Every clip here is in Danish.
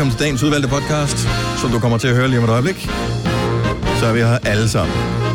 Velkommen til dagens udvalgte podcast, som du kommer til at høre lige om et øjeblik. Så er vi her alle sammen.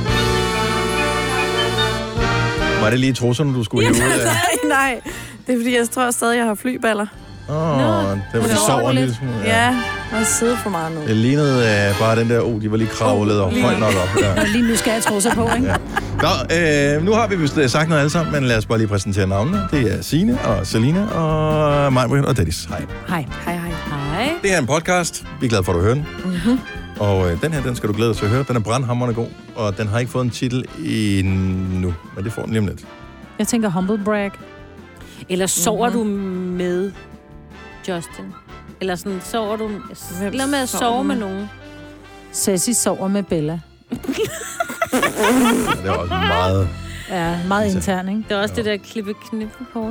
Var det lige trusserne, du skulle hive ud af? Nej, det er fordi, jeg tror stadig, jeg har flyballer. Det var de sover lidt. Ja, jeg har siddet for meget nu. Det lignede bare den der, de var lige kravlet og højt nok op. Ja. Lige nu skal jeg trusser på, ikke? Ja. Nå, nu har vi vist sagt noget alle sammen, men lad os bare lige præsentere navnene. Det er Signe og Selina og Majbrit og Dennis. Hej. Hej. Hej, hej. Hej. Det her er en podcast. Vi er glade for, at du hører den. Mm-hmm. Og den skal du glæde dig til at høre. Den er brandhamrende god, og den har ikke fået en titel endnu. Men det får den lige om lidt. Jeg tænker humble brag. Eller sover du med Justin? Eller sådan, sover du... Eller med at sove med nogen? Sassy sover med Bella. Ja, det er også meget... Ja, meget intern, ikke? Det er også det der klippe-knippe-kort.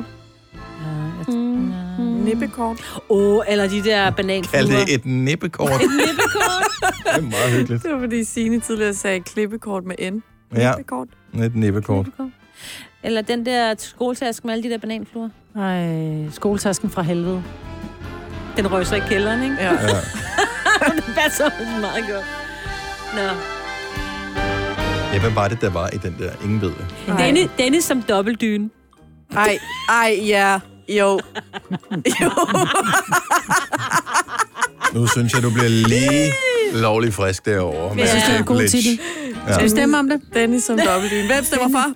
Nippekort. Eller de der bananfluer. Kald det et nippekort. Et nippekort. Det er meget hyggeligt. Det var fordi Signe tidligere sagde klippekort med N. Ja, Nippekort. et nippekort. Eller den der skoletaske med alle de der bananfluer. Ej, skoletasken fra helvede. Den røg så i kælderen, ikke? Ja. Det passer meget godt. Nå. Ja, hvad var det, der var i den der? Ingen ved det. Dennis som dobbeltdyne. Ej, ja. Jo. Nu synes jeg, du bliver lige lovlig frisk derovre. Jeg synes, det er en god titel. Ja. Skal vi stemme om det? Dennis som dobbeltdyne. Hvem stemmer for?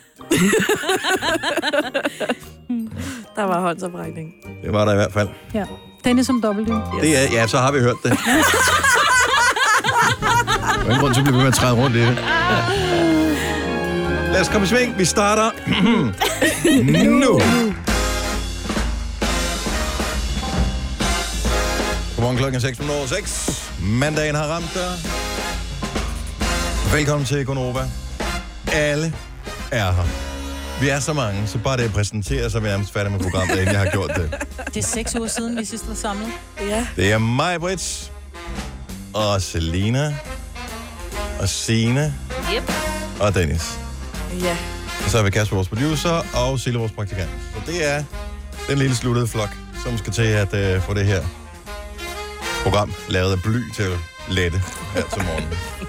Der var håndsoprækning. Det var der i hvert fald. Ja. Dennis som dobbeltdyne. Yes. Det er, ja, så har vi hørt det. Der er ingen grund til at blive ved med at træde rundt i det. Lad os komme i sving. Vi starter nu. Godmorgen, klokken 6:06. Mandagen har ramt dig. Velkommen til Gonova. Alle er her. Vi er så mange, så bare det at præsentere, så er vi nærmest færdige med programmet, inden jeg har gjort det. Det er 6 uger siden, vi sidst var samlet. Ja. Det er Majbrit og Selina og Signe og Dennis. Ja. Og så har vi Kasper, vores producer, og Sille, vores praktikant. Så det er den lille sluttede flok, som skal til at få det her program lavet af bly til at lette her til morgen.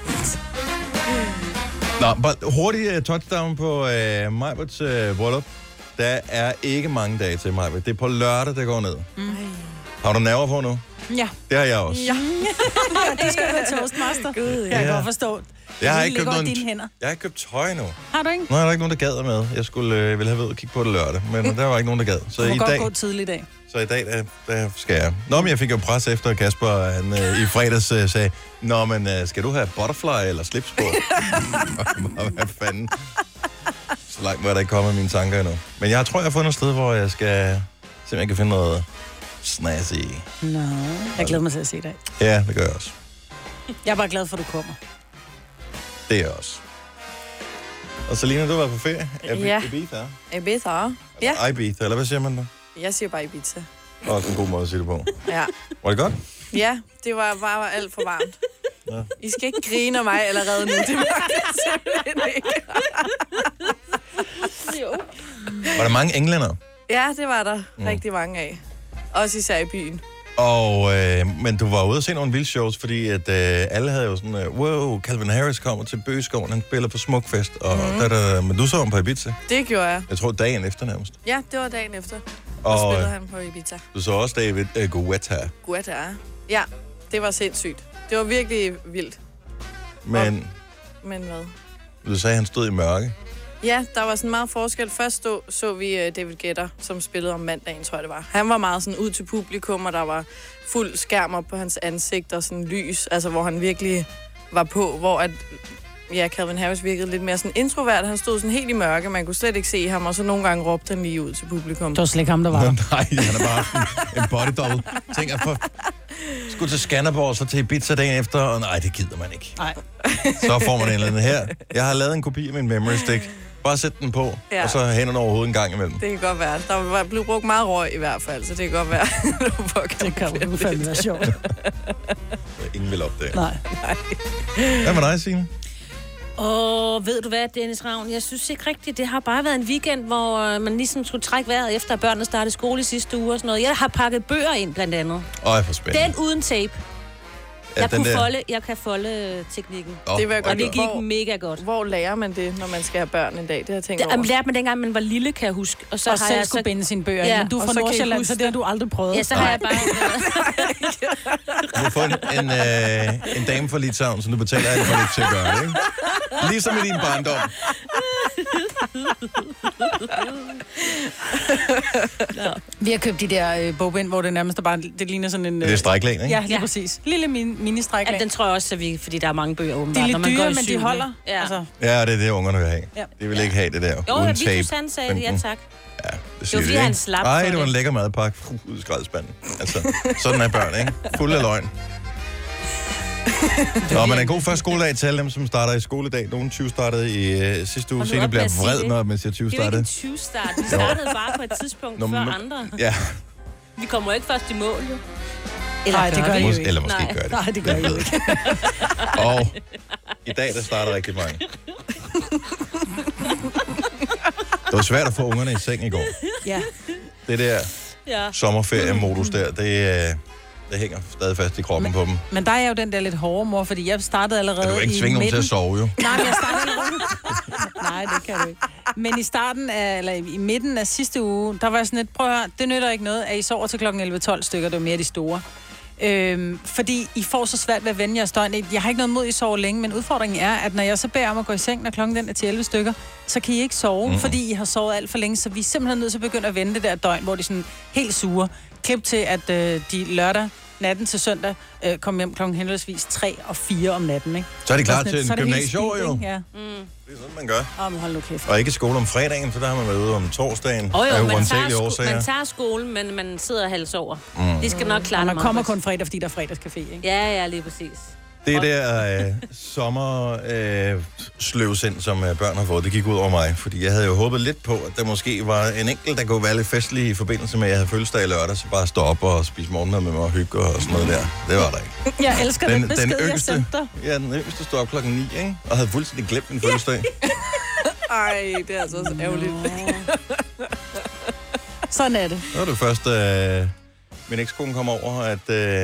Nå, bare hurtig touchdown på Majbrits bryllup. Der er ikke mange dage til Majbrit. Det er på lørdag, der går ned. Har du nerver på nu? Ja. Det har jeg også. Ja. Det skal være toastmaster. Gud, Jeg kan godt forstå. Jeg har ikke købt noget. Dine hænder. Jeg har ikke købt tøj nu. Har du ikke? Nu er der ikke nogen, der gad med. Jeg ville have ved at kigge på det lørdag, men der var ikke nogen, der gad. Så Du må i godt dag, gå tidligt i dag. så i dag der skal jeg. Nå, men jeg fik jo pres efter Kasper, han i fredags sagde, nå, men skal du have butterfly eller slips på? Hvad fanden? Så langt var der ikke kommet mine tanker endnu. Men jeg tror, jeg har fundet et sted, hvor jeg skal se, om jeg kan finde noget snazzy. Nå, jeg glæder mig til at se dig. Ja, det gør jeg også. Jeg er bare glad for, at du kommer. Det er jeg også. Og Selina, du var på ferie. Ja. Ibiza? Ibiza. Ja. Ibiza, eller hvad siger man da? Jeg siger bare Ibiza. Også en god måde at sige det på. Ja. Var det godt? Ja, det var bare alt for varmt. Ja. I skal ikke grine af mig allerede nu. Det var det simpelthen ikke. Var der mange englænder? Ja, det var der rigtig mange af. Også især i byen. Og, men du var ude og se nogle vilde shows, fordi at alle havde jo sådan, wow, Calvin Harris kommer til Bøgeskoven, han spiller på Smukfest, og men du så ham på Ibiza. Det gjorde jeg. Jeg tror dagen efter nærmest. Ja, det var dagen efter. Og Så spillede han på Ibiza. du så også David Guetta. Guetta. Ja, det var sindssygt. Det var virkelig vildt. Men Men hvad? du sagde, at han stod i mørke. Ja, der var sådan meget forskel. Først så vi David Guetta, som spillede om mandagen, tror jeg det var. Han var meget sådan ud til publikum, og der var fuld skærm op på hans ansigt og sådan lys, altså hvor han virkelig var på, hvor at Calvin Harris virkede lidt mere sådan introvert. Han stod sådan helt i mørke, man kunne slet ikke se ham, og så nogle gange råbte han lige ud til publikum. Det var slet ikke ham, der var. Nej, han er bare en body double. Tænk, at skulle til Skanderborg, så til Ibiza dagen efter, og nej, det gider man ikke. Nej. Så får man en eller anden her. Jeg har lavet en kopi af min memory stick. Bare sæt den på, og så hænderne over hovedet en gang imellem. Det kan godt være. Der var blevet brugt meget røg i hvert fald, så det kan godt være. Det kan jo fandme være sjovt. Ingen vil opdage. Nej. Hvad med dig, Signe? Ved du hvad, Dennis Ravn? Jeg synes ikke rigtigt. Det har bare været en weekend, hvor man ligesom skulle trække vejret efter, at børnene startede skole i sidste uge og sådan noget. Jeg har pakket bøger ind, blandt andet. For spændende. Den uden tape. Ja, Jeg kan folde teknikken. Det var godt. Og det gik mega godt. Hvor lærer man det, når man skal have børn en dag? Det har jeg tænkt over. Det lærte man dengang, man var lille, kan jeg huske. Og så Og har selv jeg skulle binde sine bøger. Ja. Men du er fra Nordsjælland, så det har du aldrig prøvet. Ja, så har jeg bare... Du har fået en dame fra Litauen, som du betaler alt for lidt til at gøre det, ikke? Ligesom i din barndom. Vi har købt de der bogbind, hvor det nærmest er bare, det ligner sådan en... Det er stræklæn, ikke? Ja, lige præcis. Lille mini-stræklæn. Ja, den tror jeg også, at fordi der er mange bøger åbenbart. De er når lidt man går dyre, i men de syvende. holder. Ja. Altså. Ja, det er det, ungerne vil have. Ja. De vil ikke have det der Jo, uden jeg tape. Vitus, han sagde det. Ja, tak. Ja, det Det siger var fordi, de, han ikke? slap Ej, for det var en det. lækker madpakke. Ud i skraldespanden. Altså, sådan er børn, ikke? Fuld af løgn. Nå, men en god første skoledag til alle dem, som starter i skoledag. Nogle 20 startede i sidste uge. Signe bliver vred, når man siger 20 Det er jo ikke startede. en 20-start. Vi startede bare på et tidspunkt før andre. Ja, Vi kommer jo ikke først i mål, jo. Nej, det gør I jo ikke. eller måske Nej. gør det. Nej, det gør I jo ikke. Og i dag, der starter rigtig mange. Det var svært at få ungerne i seng i går. Ja. Det der Ja. sommerferie-modus der, det hænger stadig fast i kroppen på dem. Men der er jo den der lidt hårde mor, fordi jeg startede allerede Du kan ikke tvinge nogen til at sove, jo. Nej, men jeg startede allerede. Nej, det kan du ikke. Men i starten af, eller i midten af sidste uge, der var jeg sådan lidt, prøv at høre, det nytter ikke noget, at I sover til klokken 11-12 stykker, det var mere de store. Fordi I får så svært ved at vende jeres døgn. Jeg har ikke noget mod, I sover længe, men udfordringen er, at når jeg så beder om at gå i seng, når klokken den er til 11 stykker, så kan I ikke sove, fordi I har sovet alt for længe, så vi er simpelthen nødt til at begynde at vende det der døgn, hvor de er sådan helt sure. Klip til, at de lørdag natten til søndag kom hjem klokken henholdsvis 3 og 4 om natten, ikke? Så er de klar Så til er en det helt gymnasieår, spildt, jo. ikke? Ja. Det er sådan, man gør. Men hold nu kæft. Og ikke i skole om fredagen, for der har man været ude om torsdagen. Jo, af man uansagelige årsager. tager skolen, men man sidder hals over. De skal nok klare Og det man kommer meget kun fredag, fordi der er fredagscafé, ikke? Ja, lige præcis. Det der sommersløvsind, som børn har fået, det gik ud over mig. Fordi jeg havde jo håbet lidt på, at der måske var en enkelt, der kunne være lidt festlig i forbindelse med, at jeg havde fødselsdag i lørdag, så bare stå op og spise morgenmad med mig og hygge og sådan noget der. Det var der ikke. Jeg elsker den besked, jeg sendte dig. Ja, den yngste stod op klokken 9, ikke? Og havde fuldstændig glemt min fødselsdag. Ej, det er altså også ærgerligt. Sådan er det. Så var det først, min ekskone kom over, at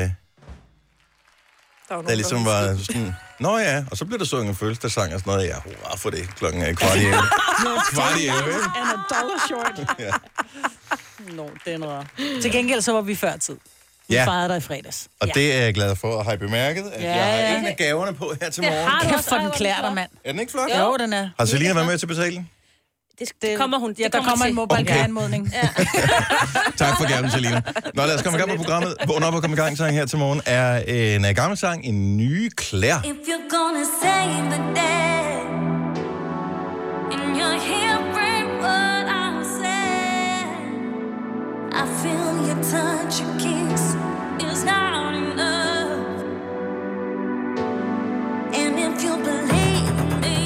der ligesom var sådan, nå ja, og så blev der sunget en fødselsdagssang og sådan noget. Ja, hurra for det. Klokken er 11:15. 11:15, ikke? And a dollar short. Ja. Nå, den er rar. Til gengæld så var vi før tid. Vi Ja. fejrede dig i fredags. Og det er jeg glad for, at have bemærket, at jeg har en af gaverne på her til morgen. har du. Kæft for den klæder dig, mand. Er den ikke flot? Jo, den er. Har Selina været med til betaling? Det kommer hun. Ja, Det der kommer en til. mobile Okay. anmodning. Ja. Tak for gaven, Selina. Nå, lad os komme i gang med programmet. Vågn op og komme i gang. Sang her til morgen er en gammel sang, en ny Claire. If you're gonna save the day, and you're hearing what I'm saying, I feel your touch, your kiss is not enough. And if you believe me,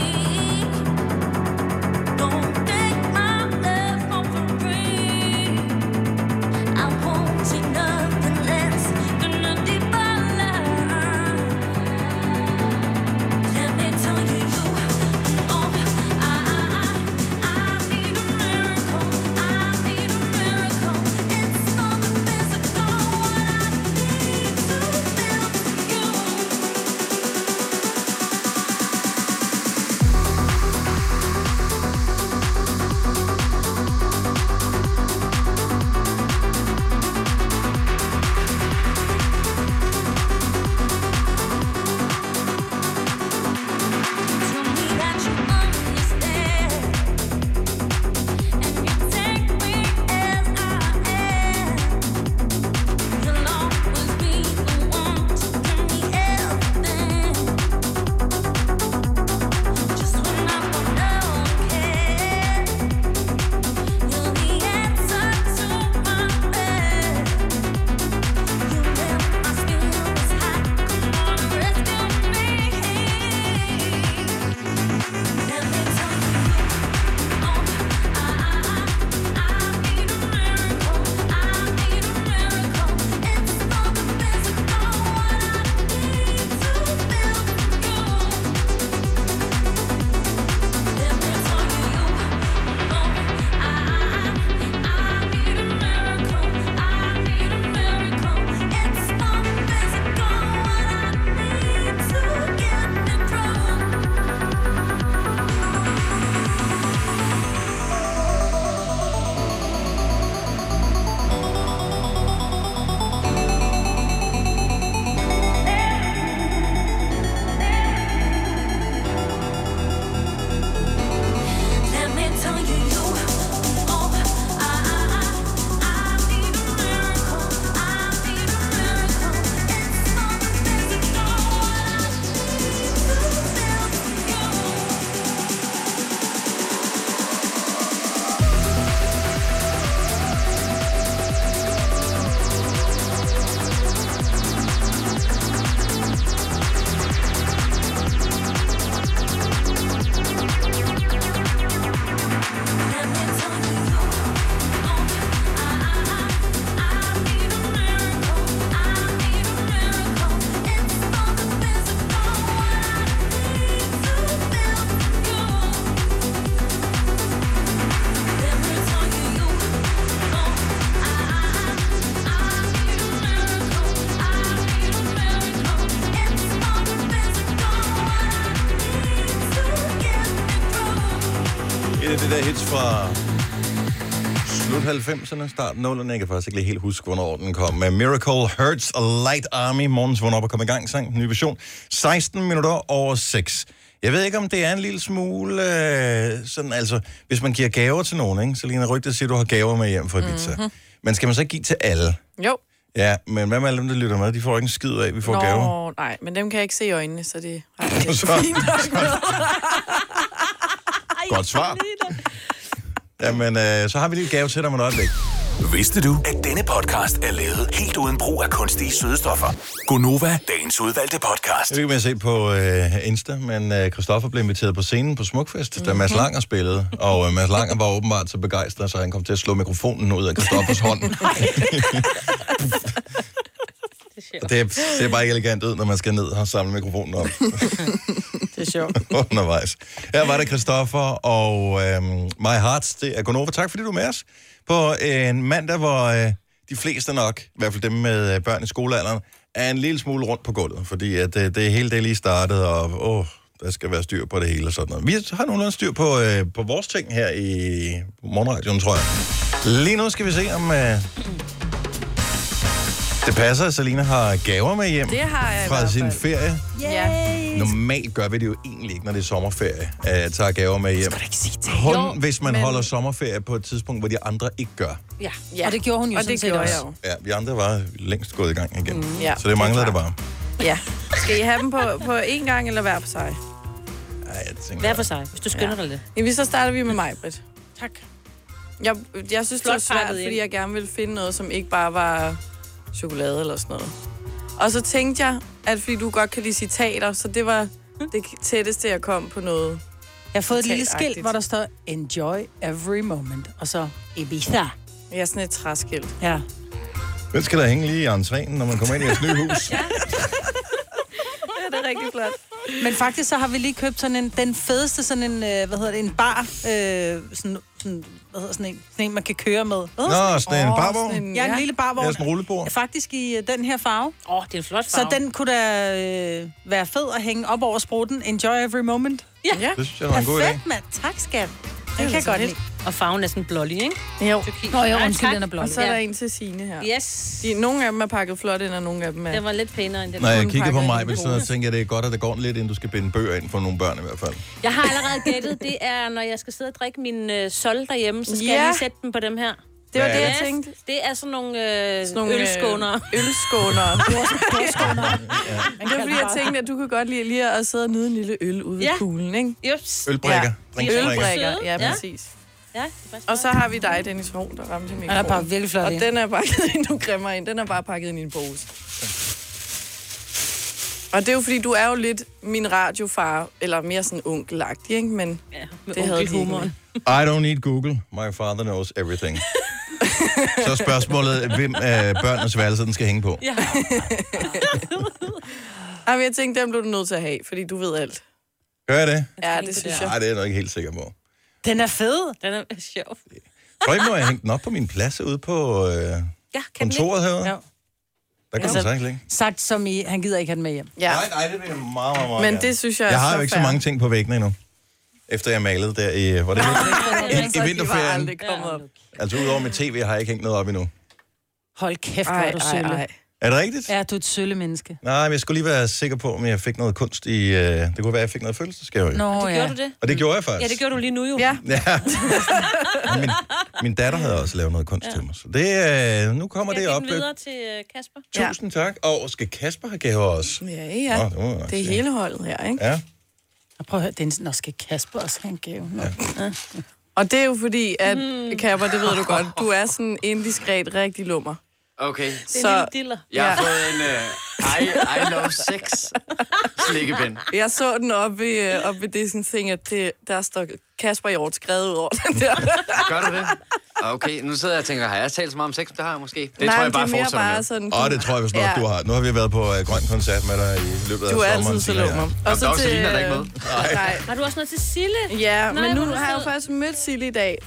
don't take my love for free. I won't take nothing less than a deeper love. Let me tell you, oh, I need a miracle. I need a miracle. It's not the physical. Et af de der hits fra slut 90'erne, start 0'erne. Jeg kan faktisk ikke lige helt huske, hvornår den kom. Med Miracle Hurts a Light Army. Morgens vågn op og kom i gang, sang. Ny version. 16 minutter over 6. Jeg ved ikke, om det er en lille smule sådan, altså, hvis man giver gaver til nogen, ikke? Så lige en rygte siger, at du har gaver med hjem fra Ibiza. Men skal man så ikke give til alle? Jo. Ja, men hvad med alle dem, der lytter med? De får ikke en skid af, vi får gaver. Nej, men dem kan jeg ikke se i øjnene, så det har jeg det Så- fint nok med. Godt svar. Jamen, så har vi lige et gave til dig med et øjeblik. Vidste du, at denne podcast er lavet helt uden brug af kunstige sødestoffer? Gonova, dagens udvalgte podcast. Jeg ved ikke, om jeg har set på Insta, men Christoffer blev inviteret på scenen på Smukfest, da Mads Langer spillede. Og Mads Langer var åbenbart så begejstret, så han kom til at slå mikrofonen ud af Christoffers hånd. Det ser bare ikke elegant ud, når man skal ned og samle mikrofonen op. Det er sjovt. Undervejs. Her var det Christoffer og My Hearts. Det er Gonova. Tak fordi du er med os på en mandag, hvor de fleste nok, i hvert fald dem med børn i skolealderen, er en lille smule rundt på gulvet, fordi at det hele det lige startet, og der skal være styr på det hele og sådan noget. Vi har nogenlunde styr på vores ting her i morgenradioen, tror jeg. Lige nu skal vi se, om det passer, at Selina har gaver med hjem Det har jeg i fra hvert sin fald. ferie. Ja. Normalt gør vi det jo egentlig ikke, når det er sommerferie, at tager gaver med hjem. Skal du ikke sige det? Kun hvis man holder sommerferie på et tidspunkt, hvor de andre ikke gør. Ja. Ja. Og det gjorde hun jo og sådan det set gjorde også. jeg jo. Ja, vi andre var længst gået i gang igen. Ja, Så det manglede det det er bare. Ja. Skal I have dem på én gang, eller hver for sig? Ej, jeg tænker, Hver for sig, hvis du skynder dig lidt. Jamen, så starter vi med mig, Britt. Tak. Jeg synes, det var Flot svært, pakket ind. fordi jeg gerne ville finde noget, som ikke bare var chokolade eller sådan noget. Og så tænkte jeg, at fordi du godt kan lide citater, så det var det tætteste, jeg kom på noget. Jeg har fået et lille skilt, Citatagtigt. hvor der står Enjoy every moment. Og så Ibiza. Jeg er sådan et træskilt. Ja. den skal der hænge lige i entréen, når man kommer ind i et nyt hus. Ja, det er rigtig flot. Men faktisk så har vi lige købt sådan den fedeste sådan en, en bar, sådan en, man kan køre med. Nå, sådan en barvogn. Ja, en lille barvogn. Ja, sådan en rullebord. Faktisk i den her farve. Det er en flot Så farve. den kunne da være fed at hænge op over sprutten. Enjoy every moment. Ja. Det synes jeg var en god idé. Perfekt, mand. Tak, skat. Den kan jeg godt lide. Og farven er sådan blålig, ikke? Jo. Nå, jo, Ja, undskyld, tak. den er blå. Og så er der en til Signe her. Yes. Nogle af dem er pakket flot ind, og nogle af dem er... Den var lidt pænere end den. Når jeg kun kigger på pakket mig, ind i så pose. tænker jeg, det er godt, at det går lidt, inden du skal binde bøger ind for nogle børn i hvert fald. Jeg har allerede gættet. Det er, når jeg skal sidde og drikke min sol derhjemme, så skal Ja. jeg lige sætte dem på dem her. Det var Hvad det, er jeg det? tænkte. Det er sådan nogle, Nogle ølskåner. Ølskåner. Man Det var fordi, jeg tænkte, at du kunne godt lide lige at sidde og nyde en lille øl ude ved Ja. poolen, ikke? Jeps. Ølbrikker. Ja. Drinksbrikker. Ølbrikker, Søde. ja, Ja. præcis. Ja, Og så har vi dig, Dennis Hovn, der ramte Den er bare mikrofonen. virkelig flot Og ind. den er pakket ind, du grimmer ind. Den er bare pakket ind i en pose. Og det er jo fordi, du er jo lidt min radiofar, eller mere sådan onkelagtig, ikke? Men Ja, med det havde de ikke onkelhumoren. med. I don't need Google. My father knows everything. Så er spørgsmålet, hvem af børnenes værelse, den skal hænge på. Ja. Ej, jeg tænkte, den blev du nødt til at have, fordi du ved alt. Gør jeg det? Ja, det synes jeg. Nej, det er jeg nok ikke helt sikker på. Den er fed. Den er sjov. Tror ikke, må jeg hænge den op på min plads ude på Ja, kan kontoret herude? Ja. Der kan man så ikke ligge. Sagt som i, han gider ikke have den med hjem. Ja, Nej, det vil jeg meget, meget, meget men gerne. det synes jeg er Jeg har så jo ikke så fair. mange ting på væggene endnu. Efter jeg malede der i, hvor det Så i de var vinterferien. aldrig kommet op. Altså udover med tv har jeg ikke hængt noget op endnu. Hold kæft, hvor er du sølle. Er det rigtigt? Ja, du er et sølle menneske. Nej, men jeg skulle lige være sikker på, om jeg fik noget kunst i... det kunne være, at jeg fik noget fødselsdagsgave i. Nå, Gjorde du det? Og det gjorde jeg faktisk. Ja, det gjorde du lige nu jo. Ja, Ja. min datter havde også lavet noget kunst til mig. Så det, nu kommer Jeg det giver op. den videre til Kasper. Tusind tak. Og skal Kasper have gaver også? ja. Nå, det må jeg nok Det er sige. hele holdet her, ikke? Ja. Og prøv at høre, nå, skal Kasper også have en gave? Nå. Ja. Og det er jo fordi, at Kapper, det ved du godt, du er sådan indiskret rigtig lummer. Okay. Det er en Så lille diller. Jeg har Ja. fået en I love sex slikkepind. jeg så den oppe ved disken, ting, at der står Kasper Hjort skrevet ud over den der. Gør du det? Okay, nu sidder jeg og tænker, har jeg talt så meget om sex? Det har jeg måske. Det Nej, tror jeg bare det er mere fortsætter bare med. sådan... Og det tror jeg vist nok, du har. Nu har vi været på Grøn Koncert med dig i løbet af Du er sommeren. altid så siger jeg. lummer. Jamen, der er også Selina, der er ikke med. Nej. Har du også noget til Sille? Ja, Nej, men nu hvor er du har jeg jo sød. faktisk mødt Sille i dag.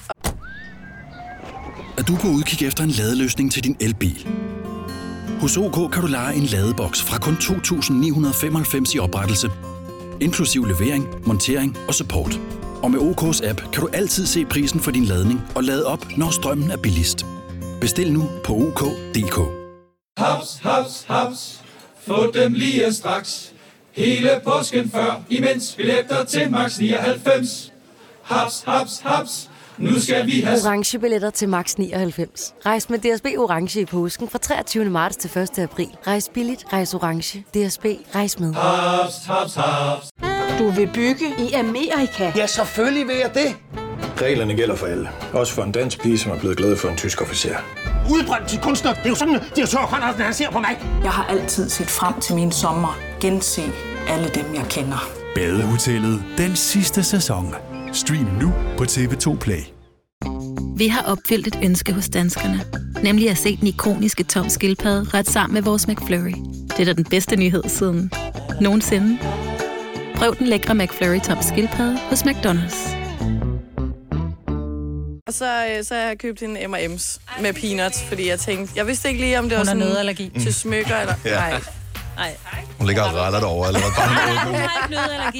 Er du på udkig efter en ladeløsning til din elbil? Hos OK kan du leje en ladeboks fra kun 2.995 i oprettelse, inklusiv levering, montering og support. Og med OK's app kan du altid se prisen for din ladning og lade op, når strømmen er billigst. Bestil nu på OK.dk. Haps, haps, haps. Få dem lige straks. Hele påsken før, imens billetter til max 99. Haps, haps, haps. Nu skal vi have orange billetter til max 99. Rejs med DSB orange i påsken fra 23. marts til 1. april. Rejs billigt, rejs orange. DSB, rejs med. haps, haps, haps. Du vil bygge i Amerika? Ja, selvfølgelig vil jeg det. Reglerne gælder for alle. Også for en dansk pige, som er blevet glad for en tysk officer. Udbrændt til kunstner. Det er jo sådan, at direktør Conradsen, han ser på mig. Jeg har altid set frem til min sommer. Gense alle dem, jeg kender. Badehotellet den sidste sæson. Stream nu på TV2 Play. Vi har opfyldt et ønske hos danskerne. Nemlig at se den ikoniske Tom Skildpadde ret sammen med vores McFlurry. Det er da den bedste nyhed siden nogensinde. Prøv den lækre McFlurry Tom Skildpadde hos McDonald's. Og så har jeg købt en M&M's med peanuts, fordi jeg tænkte, jeg vidste ikke lige, om det var sådan nødallergi. Til smykker eller... Ja. Nej. Hun ligger og raller derovre, eller bare Hun har ikke nødallergi.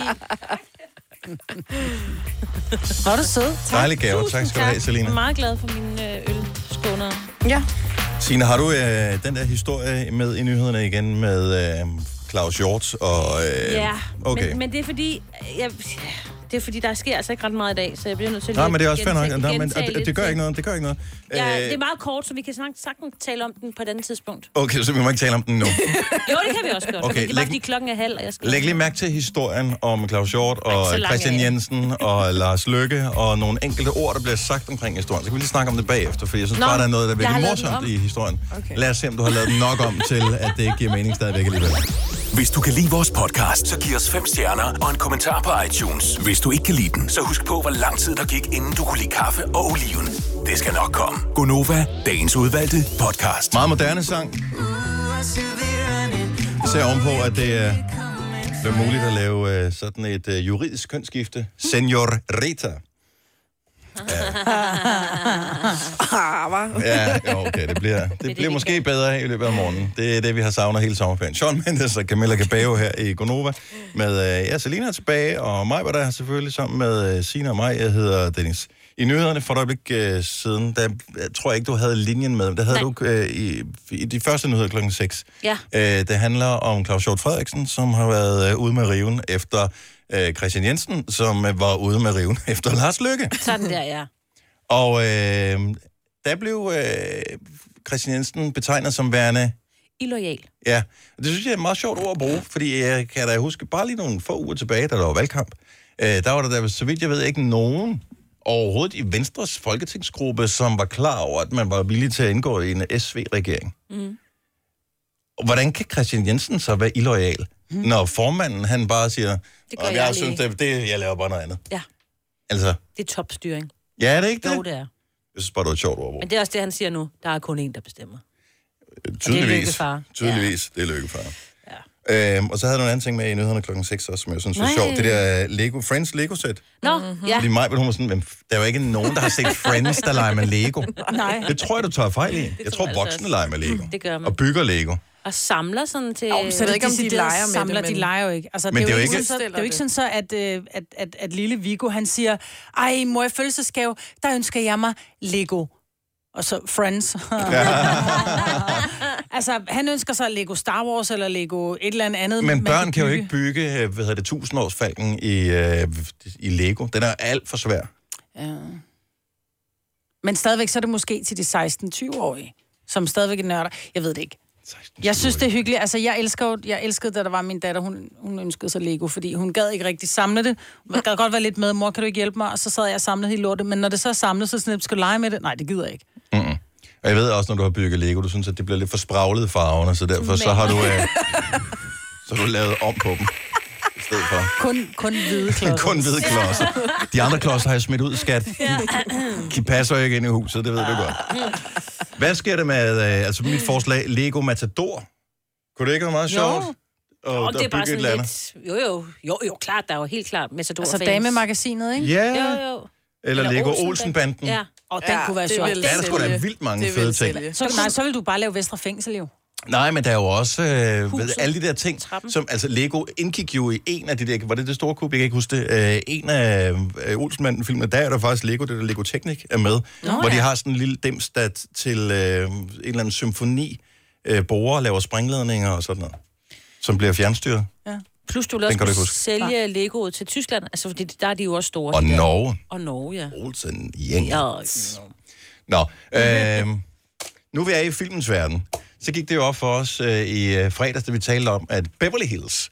Har du sød? Dejlig gave. Tak skal du have, Selina. Jeg er meget glad for mine ølskåner. Ja. Signe, har du den der historie med i nyhederne igen med Claus Hjort og... Ja, okay. men det er fordi... Det er fordi, der sker altså ikke ret meget i dag, så jeg bliver nødt til Nej, men det er også fair nok. Det gør ikke noget. Det gør ikke noget. Ja, det er meget kort, så vi kan sagtens tale om den på et andet tidspunkt. Okay, så vi må ikke tale om den nu. Jo, det kan vi også godt. Okay, det er bare fordi klokken er 12:30, og jeg skal... Læg lige mærke til historien om Claus Hjort og Christian Jensen og Lars Løkke og nogle enkelte ord, der bliver sagt omkring historien. Så kan vi lige snakke om det bagefter, for jeg synes bare, der er noget, der er virkelig morsomt i historien. Okay. Lad os se, om du har lavet den nok om til, at det ikke giver mening stadigvæk alligevel. Hvis du kan lide vores podcast, så giv os 5 stjerner og en kommentar på iTunes. Hvis du ikke kan lide den, så husk på, hvor lang tid der gik, inden du kunne lide kaffe og oliven. Det skal nok komme. Gonova, dagens udvalgte podcast. Meget moderne sang. Jeg ser ovenpå, at det bliver muligt at lave sådan et juridisk kønsskifte. Señorita. Ja, okay, det bliver måske bedre i løbet af morgenen. Det er det, vi har savnet hele sommerferien. Shawn Mendes og Camilla Cabello her i Gonova med Selina tilbage, og mig var der selvfølgelig sammen med Signe og mig. Jeg hedder Dennis. I nyhederne for et øjeblik siden, der tror jeg ikke, du havde linjen med. Der havde du i de første nyheder klokken 6. Ja. Det handler om Claus Hjort Frederiksen, som har været ude med riven efter Christian Jensen, som var ude med riven efter Lars Løkke. Sådan der, ja. Og der blev Christian Jensen betegnet som værende... Illoyal. Ja, det synes jeg er et meget sjovt ord at bruge, fordi jeg kan da huske, bare lige nogle få uger tilbage, da der var valgkamp, der var der, så vidt jeg ved, ikke nogen overhovedet i Venstres folketingsgruppe, som var klar over, at man var villig til at indgå i en SV-regering. Mm. Hvordan kan Christian Jensen så være illoyal, når formanden, han bare siger, jeg synes, jeg laver bare noget andet? Ja. Altså. Det er topstyring. Ja, er det ikke det? Jo, det er. Jeg synes bare, det var et sjovt ord. Men det er også det, han siger nu. Der er kun én, der bestemmer. Tydeligvis. Det er lykkefar. Ja. Og så havde du en anden ting med i nyhederne klokken 6 også, som jeg synes er sjovt. Det der Friends Lego-sæt. Nå, ja. Fordi mig, hun var sådan, men der er jo ikke nogen, der har set Friends, der leger med Lego. Nej. Det tror jeg, du tager fejl i. Jeg tror, voksne leger med Lego. Det gør man. Og bygger Lego. Og samler sådan til... Så jeg ved ikke, om de leger med det, men... De leger jo ikke. Altså, men det er jo ikke sådan så, at lille Viggo, han siger, ej, mor, i fødselsdagsgave, der ønsker jeg mig Lego. Og så Friends. Altså, han ønsker sig Lego Star Wars eller Lego et eller andet. Men børn kan jo ikke bygge, 1000-årsfalken i Lego. Den er alt for svær. Ja. Men stadigvæk så er det måske til de 16-20-årige, som stadigvæk er nørder. Jeg ved det ikke. Jeg synes, det er hyggeligt. Altså, jeg elskede, da der var min datter, hun ønskede sig Lego, fordi hun gad ikke rigtig samle det. Hun gad godt være lidt med, mor, kan du ikke hjælpe mig? Og så sad jeg og samlede hele lortet. Men når det så er samlet, så sådan, skal du lege med det? Nej, det gider jeg ikke. Mm-mm. Og jeg ved også, når du har bygget Lego, du synes, at det bliver lidt for spraglet farverne, så derfor så har du, så har du lavet om på dem. I stedet for. Kun hvide klodser. Kun hvide klodser. De andre klodser har jeg smidt ud, skat. De passer ikke ind i huset, det ved du godt. Hvad sker der med, altså mit forslag, Lego Matador? Kunne det ikke være meget sjovt? Og det er bare sådan lidt... Jo, klart, der er jo helt klart Matador-fans. Altså Damemagasinet, ikke? Ja. Jo. Eller Lego Olsen-banden. Ja, og den kunne være sjov. Der er sgu da vildt mange fede ting. Så vil du bare lave Vestre Fængsel, jo. Nej, men der er jo også alle de der ting, som, altså Lego indgik jo i en af de der, var det store kub, jeg kan ikke huske det, en af Olsenmanden-filmene, der er der faktisk Lego, det der Lego Technic er med, hvor de har sådan en lille dimstat til en eller anden symfoni, borer, laver springledninger og sådan noget, som bliver fjernstyret. Ja. Plus du vil også kunne sælge Legoet til Tyskland, altså fordi der er de jo også store. Og Norge. Og Norge, ja. Olsen, Jens. Nå, nu vi er i filmens verden, så gik det jo op for os i fredags, da vi talte om, at Beverly Hills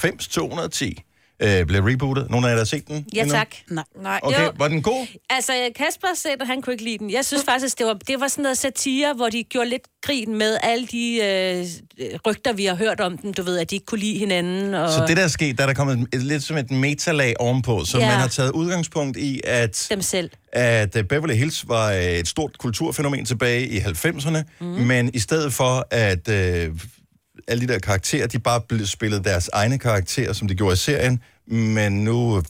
90210 blev rebootet. Nogle af jer, der har set den? Ja, tak. Nej. Okay, Jo. Var den god? Altså, Kasper sagde, at han kunne ikke lide den. Jeg synes faktisk, det var sådan noget satire, hvor de gjorde lidt grin med alle de rygter, vi har hørt om den. Du ved, at de ikke kunne lide hinanden. Og... Så det, der er sket, der er kommet lidt som et metalag ovenpå, så man har taget udgangspunkt i, at... Dem selv. At Beverly Hills var et stort kulturfænomen tilbage i 90'erne, men i stedet for, at alle de der karakterer, de bare spillede deres egne karakterer, som de gjorde i serien, men nu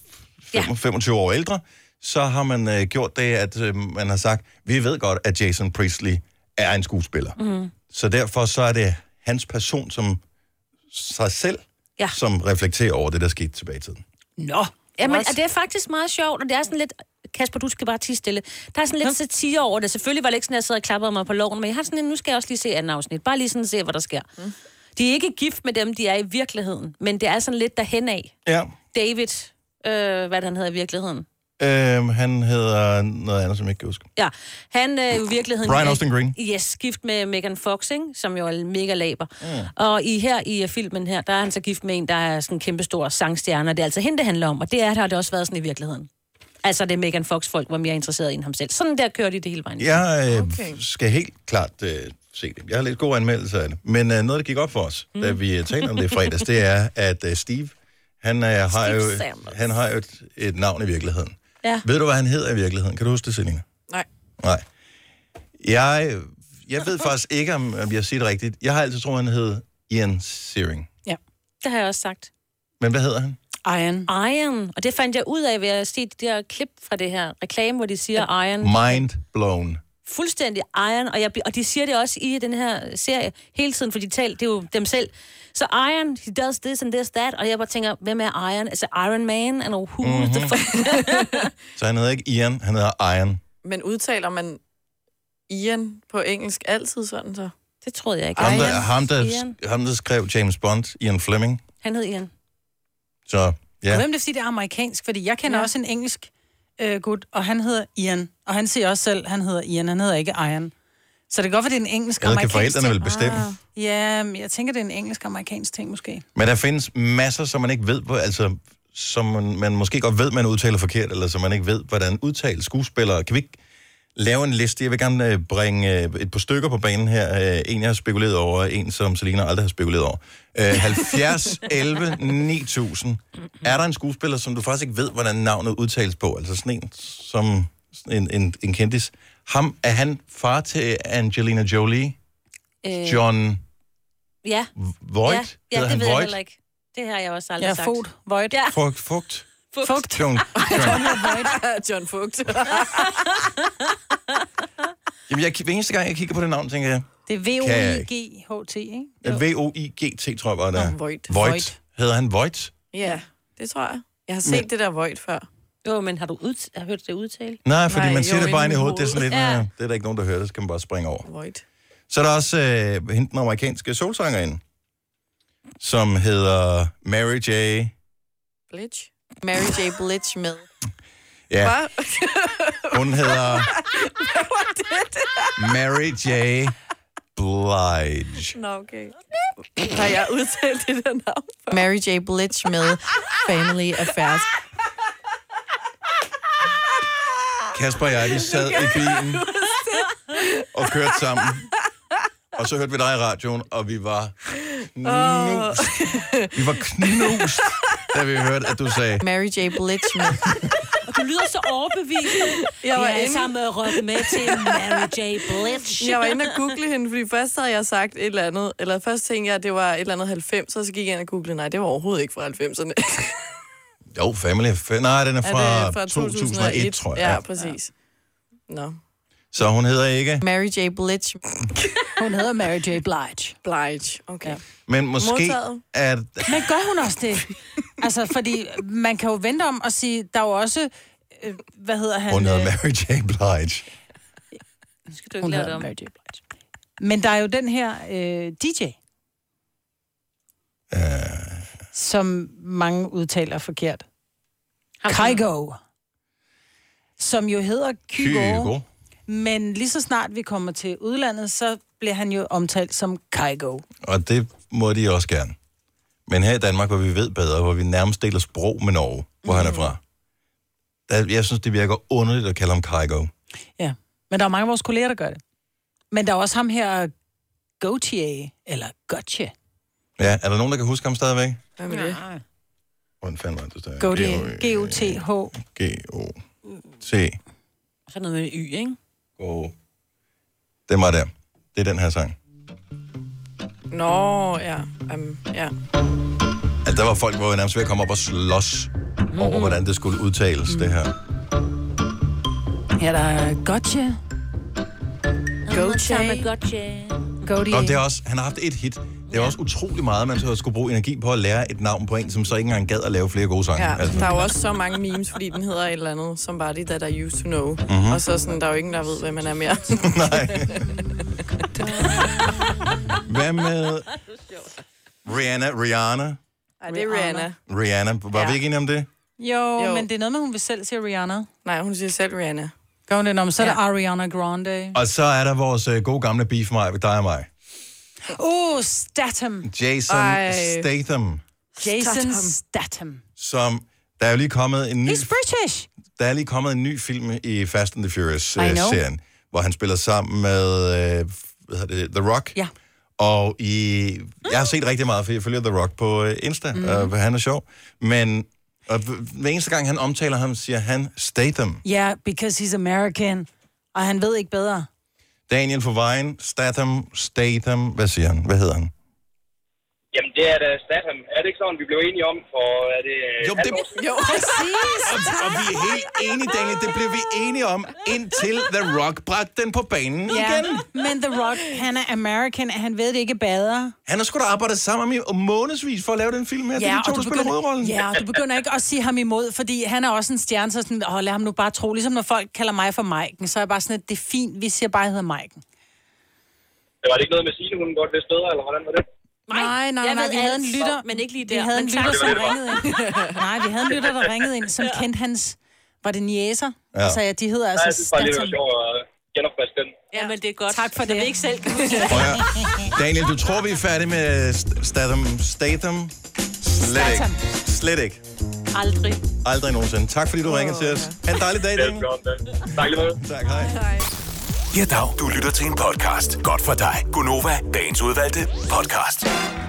25 år ældre, så har man gjort det, at man har sagt, vi ved godt, at Jason Priestley er en skuespiller. Så derfor så er det hans person som sig selv, som reflekterer over det, der skete tilbage i tiden. Nå. Jamen, det er faktisk meget sjovt, og det er sådan lidt... Kasper, du skal bare tie stille. Der er sådan lidt satire over det. Selvfølgelig var det ikke sådan, at jeg sad og klappede mig på loven, men jeg har sådan en, nu skal jeg også lige se anden afsnit. Bare lige sådan se, hvad der sker. De er ikke gift med dem, de er i virkeligheden, men det er sådan lidt derhen af. Ja. David, hvad han hedder i virkeligheden? Han hedder noget andet, som jeg ikke kan huske. Ja, han er jo i virkeligheden... Brian Austin Green. Yes, gift med Megan Fox, ikke? Som jo er mega laber. Og her i filmen her, der er han så gift med en, der er sådan en kæmpestor sangstjerne, og det er altså hende, det handler om, og det har det også været sådan i virkeligheden. Altså, det Megan Fox-folk var mere interesseret end ham selv. Sådan der kører de det hele vejen. Jeg skal helt klart se det. Jeg har lidt gode anmeldelser af det. Men noget, der gik op for os, da vi talte om det i fredags, det er, at Steve, han har jo et navn i virkeligheden. Ja. Ved du, hvad han hedder i virkeligheden? Kan du huske det, Selina? Nej. Jeg ved faktisk ikke, om jeg siger det rigtigt. Jeg har altid troet, han hed Ian Searing. Ja, det har jeg også sagt. Men hvad hedder han? Iron. Og det fandt jeg ud af ved at se de der klip fra det her reklame, hvor de siger Iron. Mind blown. Fuldstændig Iron. Og de siger det også i den her serie hele tiden, for det er jo dem selv. Så Iron, he does this and this, that. Og jeg bare tænker, hvem er Iron? Altså Iron Man? And who the fuck? Så han hedder ikke Ian, han hedder Iron. Men udtaler man Ian på engelsk altid sådan så? Det troede jeg ikke. Ham, der skrev James Bond, Ian Fleming. Han hed Ian. Så, ja. Hvem det siger, det er amerikansk? Fordi jeg kender også en engelsk gut, og han hedder Ian. Og han siger også selv, han hedder Ian, han hedder ikke Ian. Så det kan godt være, det er en engelsk-amerikansk ting. Kan forældrene vel bestemme? Ja, men jeg tænker, det er en engelsk-amerikansk ting måske. Men der findes masser, som man ikke ved, altså som man måske godt ved, man udtaler forkert, eller som man ikke ved, hvordan udtale skuespillere. Kan vi ikke lave en liste? Jeg vil gerne bringe et par stykker på banen her. En, jeg har spekuleret over, en, som Selina aldrig har spekuleret over. 70, 11, 9000. Er der en skuespiller, som du faktisk ikke ved, hvordan navnet udtales på? Altså sådan en, som en kendis. Er han far til Angelina Jolie? John Voight? Ja, det ved jeg heller ikke. Det har jeg også aldrig sagt. Voight. Ja. Fugt. John Fugt. Jamen, hver eneste gang, jeg kigger på det navn, tænker jeg... Det er V-O-I-G-H-T, ikke? V-O-I-G-T, tror jeg bare, det er. Voight. Hedder han Voight? Ja, det tror jeg. Jeg har set det der Voight før. Jo, men har du hørt det udtale? Nej, fordi man siger det bare ind i hovedet. Det er sådan lidt, det er der ikke nogen, der hører det, så kan man bare springe over. Voight. Så er der også hende den amerikanske soulsangerinde, som hedder Mary J. Blige. Mary J. Blige med. Ja. Hvad? Hun hedder Hvad var det? Mary J. Blige. Nå, okay. Har jeg udtalt det der navn? Mary J. Blige med Family Affairs. Kasper og jeg, vi sad i bilen og kørte sammen. Og så hørte vi dig i radioen, og vi var knust. Vi var knust, da vi hørte, at du sagde... Mary J. Blige med. Og du lyder så overbevist. Jeg var inde sammen rykket med til Mary J. Blige. Jeg var inde og google hende, fordi først havde jeg sagt et eller andet. Eller først tænkte jeg, at det var et eller andet 90, og så gik jeg ind og googlede. Nej, det var overhovedet ikke fra 90'erne. Jo, Family Affairs. Nej, den er fra 2001, tror jeg. Ja, præcis. Nå. Så hun hedder ikke... Mary J. Blige. Hun hedder Mary J. Blige. Blige, okay. Ja. Men måske Modtaget. at... Men gør hun også det? Altså, fordi man kan jo vente om at sige, der er jo også... hvad hedder han? Hun hedder Mary J. Blige. Skal du ikke lære det om? Mary J. Blige. Men der er jo den her DJ. Som mange udtaler forkert. Kygo. Som jo hedder Kygo. Men lige så snart vi kommer til udlandet, så bliver han jo omtalt som Kygo. Og det må de også gerne. Men her i Danmark, hvor vi ved bedre, hvor vi nærmest deler sprog med Norge, hvor han er fra. Jeg synes, det virker underligt at kalde ham Kygo. Ja, men der er mange af vores kolleger, der gør det. Men der er også ham her, Gautier, eller Gotcha. Ja, er der nogen, der kan huske ham stadigvæk? Hvem er det? Hvordan fanden var det, der? Gautier. G-O-T-H. G-O-T. Så noget med en Y, ikke? Den var der. Det er den her sang. Nå, ja. Ja. Altså, der var folk, hvor nærmest ved at komme op og slås over, hvordan det skulle udtales, det her. Ja, der er Gotcha. Gautier. Og det er også, han har haft et hit. Det er også utrolig meget, man så skulle bruge energi på at lære et navn på en, som så ikke engang gad at lave flere gode sange. Ja, altså. der er jo også så mange memes, fordi den hedder et eller andet, Somebody That I Used To Know. Og så sådan, der er jo ingen, der ved, hvem man er mere. Nej. Hvad med Rihanna? Nej, det er Rihanna. Rihanna. Var vi ikke enige om det? Jo, men det er noget med, hun vil selv sige Rihanna. Nej, hun siger selv Rihanna. Gør hun det? Nå, men så er det Ariana Grande. Og så er der vores gode gamle beef mig, dig og mig. Statham. Jason Statham. Jason Statham. Som, der er jo lige kommet en ny... He's British. Der er lige kommet en ny film i Fast and the Furious-serien, hvor han spiller sammen med, hvad hedder det, The Rock. Ja. Og jeg har set rigtig meget, for jeg følger The Rock på Insta, og han er sjov. Men hver eneste gang, han omtaler ham, siger han Statham. Yeah, because he's American. Og han ved ikke bedre. Daniel for Vejen, Statham, hvad siger han? Hvad hedder han? Jamen, det er da Statham. Er det ikke sådan, vi blev enige om for, er det... Jo, præcis. Og vi er helt enige, Daniel. Det blev vi enige om, indtil The Rock bragte den på banen igen. Men The Rock, han er American, han ved det ikke bedre. Han har sgu da arbejdet sammen med månedsvis for at lave den film her. Ja, det er de to, der spiller hovedrollen. Ja, og du begynder ikke at sige ham imod, fordi han er også en stjerne, så sådan, lad ham nu bare tro. Ligesom når folk kalder mig for Maiken, så er jeg bare sådan, at det er fint, vi siger bare, at jeg hedder Maiken. Det var det ikke noget med Signe, hun godt vidste bedre, eller hvordan var det? Nej, vi havde en lytter, men ikke lige der. Vi havde en lytter, som ringede ind. Nej, vi havde en lytter, der ringede ind, som kendte hans... Var det niæser? Ja. Og sagde, at de hedder altså... Nej, jeg synes bare, det var sjovt at genopfriske den. Ja, men det er godt. Tak for det. Vi ikke selv kan huske Daniel, du tror, vi er færdige med Statham? Slet ikke. Aldrig nogensinde. Tak, fordi du ringede til os. Ha' en dejlig dag, Daniel. Tak lige måde. Tak, hej. Ja, dag. Du lytter til en podcast. Godt for dig. Gunova, dagens udvalgte podcast.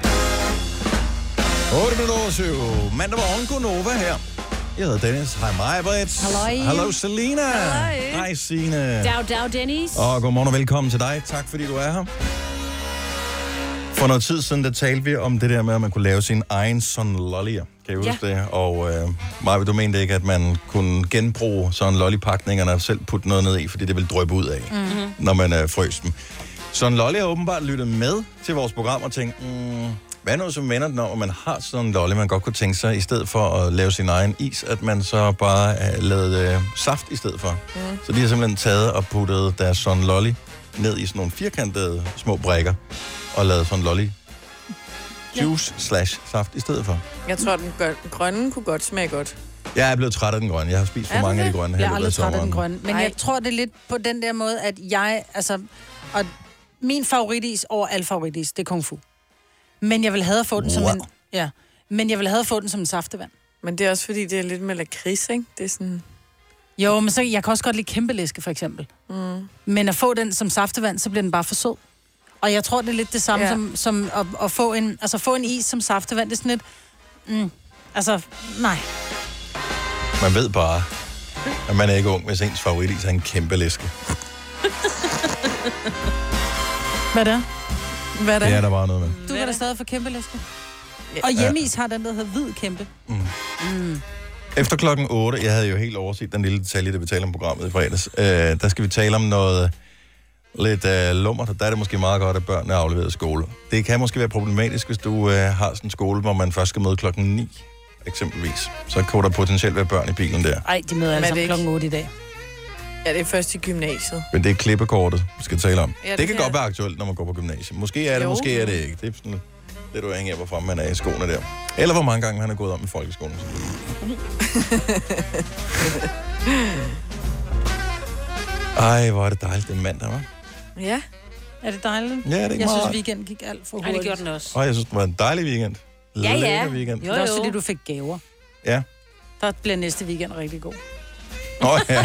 8:07. Mandag morgen, Gunova her. Jeg hedder Dennis. Hej mig, Britt. Hallo, Selina. Hej, Signe. Dag, Dennis. Og godmorgen og velkommen til dig. Tak, fordi du er her. For noget tid siden, der talte vi om det der med, at man kunne lave sin egen sådan lollier. Kan I huske det? Og Maja, du mente ikke, at man kunne genbruge sådan lollypakningerne og selv putte noget ned i, fordi det ville dryppe ud af, når man frøs dem. Sådan lolly har åbenbart lyttet med til vores program og tænkt, hvad er noget som vender, når man har sådan en lolly, man godt kunne tænke sig, i stedet for at lave sin egen is, at man så bare lavede saft i stedet for. Så de har simpelthen taget og puttet deres sådan lolly ned i sådan nogle firkantede små brækker og lavet sådan lolly juice/saft i stedet for. Jeg tror, den grønne kunne godt smage godt. Jeg er blevet træt af den grønne. Jeg har spist for mange af de grønne her. Jeg er aldrig træt af den grønne. Men jeg tror, det er lidt på den der måde, at og min favoritis over al favoritis, det er kung fu. Men jeg vil have at få den som en... Ja. Men jeg vil have at få den som en saftevand. Men det er også fordi, det er lidt med lakrids, ikke? Det er sådan... Jo, men så jeg kan også godt lide kæmpelæske, for eksempel. Men at få den som saftevand, så bliver den bare for sød. Og jeg tror, det er lidt det samme som at få en is som saftevand. Det er sådan lidt... nej. Man ved bare, at man er ikke ung, hvis ens favoritis er en kæmpe læske. Hvad er det? Det er der bare noget med. Du kan da stadig få kæmpe læske. Og hjemmeis har den, der hedder hvid kæmpe. Efter klokken 8, jeg havde jo helt overset den lille detalje, der vi taler om programmet i fredags, der skal vi tale om noget lidt lummert, og der er det måske meget godt, at børnene er afleveret i skole. Det kan måske være problematisk, hvis du har sådan en skole, hvor man først skal møde klokken 9, eksempelvis. Så kan der potentielt være børn i bilen der. Ej, de møder altså klokken 8 i dag. Ja, det er først i gymnasiet. Men det er klippekortet, vi skal tale om. Ja, det kan godt være aktuelt, når man går på gymnasiet. Måske er det, måske er det ikke. Det er sådan, det er du afhængig af, hvorfor man er i skoene der. Eller hvor mange gange han er gået om i folkeskolen. Ej, hvor er det dejligt, det er mandag, hva'? Ja. Er det dejligt? Ja, det er ikke Jeg meget. synes, weekenden gik alt for hurtigt. det gjorde den også. Og jeg synes, det var en dejlig weekend. Lækker weekend. Det er også fordi, du fik gaver. Ja. Der bliver næste weekend rigtig god. Ja.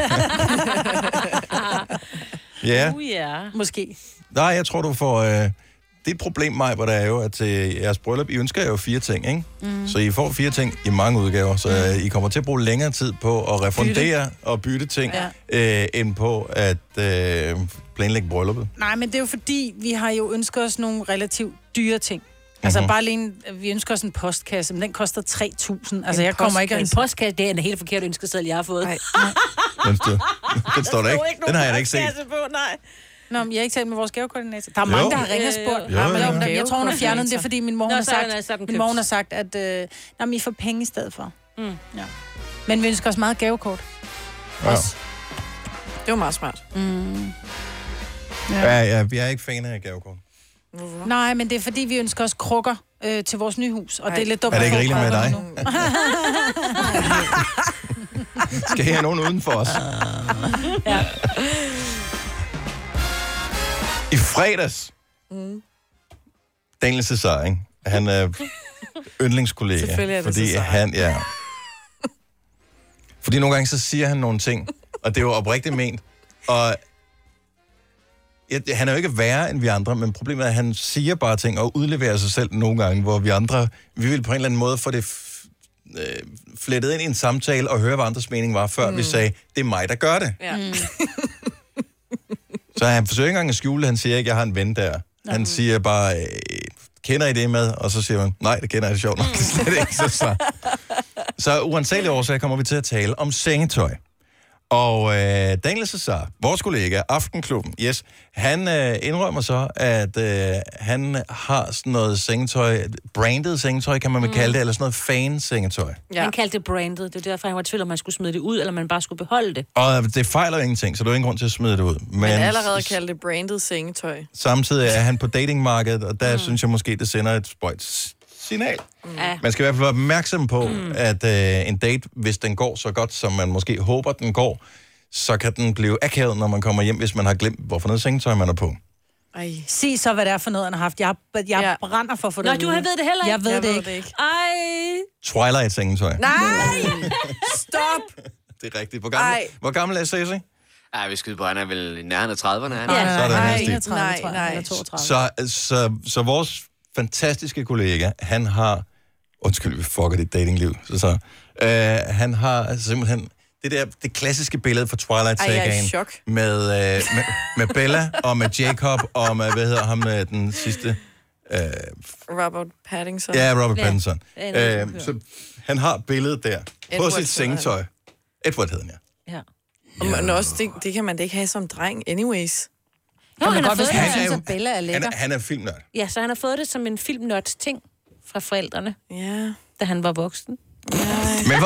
Ja. Ja. Måske. Nej, jeg tror, du får... det er et problem, Maj, hvor der er jo, at til jeres bryllup, I ønsker jo 4 ting, ikke? Mm. Så I får 4 ting i mange udgaver, så I kommer til at bruge længere tid på at refundere og bytte ting, end på at planlægge brylluppet. Nej, men det er jo fordi, vi har jo ønsket os nogle relativt dyre ting. Altså bare lige vi ønsker os en postkasse, men den koster 3.000. Altså jeg kommer ikke... En postkasse, det er en helt forkert ønskeseddel, jeg har fået. Nej. Den står der ikke. Den har jeg da ikke set. På, nej. Nå, men jeg har ikke talt med vores gavekoordinator. Der er mange, der har ringet og spurgt. Jeg tror, hun har fjernet det, fordi min mor har sagt, at I får penge i stedet for. Mm. Ja. Men vi ønsker os meget gavekort. Ja. Det var meget smart. Mm. Ja, vi er ikke fan af gavekort. Hvorfor? Nej, men det er fordi, vi ønsker os krukker til vores nye hus, og det er lidt dumt. Er det ikke rigeligt med dig? Skal I have nogen uden for os? Ja. I fredags, Daniel Cesar, ikke? Han er yndlingskollega. Selvfølgelig er det fordi Cesar. Fordi nogle gange så siger han nogle ting, og det er jo oprigtigt ment, og han er jo ikke værre end vi andre, men problemet er, at han siger bare ting og udleverer sig selv nogle gange, hvor vi andre, vi vil på en eller anden måde få det flettet ind i en samtale og høre, hvad andres mening var, før vi sagde, det er mig, der gør det. Ja. Så han forsøger ikke engang at skjule, han siger ikke, jeg har en ven der. Han siger bare, kender I det med? Og så siger han, nej, det kender jeg sjovt nok. Det er slet ikke så uansagelige årsager kommer vi til at tale om sengetøj. Og Daniel Cesar, vores kollega, Aftenklubben, yes, han indrømmer så, at han har sådan noget sengetøj, branded sengetøj, kan man vel kalde det, eller sådan noget fan-sengetøj. Ja. Han kaldte det branded, det er derfor, han var i tvivl, om man skulle smide det ud, eller man bare skulle beholde det. Og det fejler ingenting, så der er ingen grund til at smide det ud. Men allerede kalde det branded sengetøj. Samtidig er han på datingmarkedet, og der synes jeg måske, det sender et spøjt signal. Man skal i hvert fald være opmærksom på, at en date, hvis den går så godt, som man måske håber, den går, så kan den blive akavet, når man kommer hjem, hvis man har glemt, hvorfor noget sengetøj man er på. Ej. Sig så, hvad det er for noget, han har haft. Jeg brænder for at få det. Nå, du ved det heller ikke? Jeg ved det ikke. Ej. Twilight-sengetøj. Nej! Stop! Det er rigtigt. Hvor gammel er Cæsar? Ej, vi skyder på, han er vel i nærheden af 30'erne. Ja, så er det nej. Så vores fantastiske kollega, han har... Undskyld, vi fucker dit datingliv. Han har simpelthen... Det klassiske billede fra Twilight-sagaen med Bella og med Jacob og med, hvad hedder ham, den sidste... Robert Pattinson. Ja, Robert Pattinson. Så han har billedet der på sit sengetøj. Edward hedder han, ja. Men også, det kan man da ikke have som dreng, anyways. Jo, han har fået det, som Bella er lækker. Han er filmnørd. Ja, så han har fået det som en filmnørds ting fra forældrene, da han var voksen. Ja. Men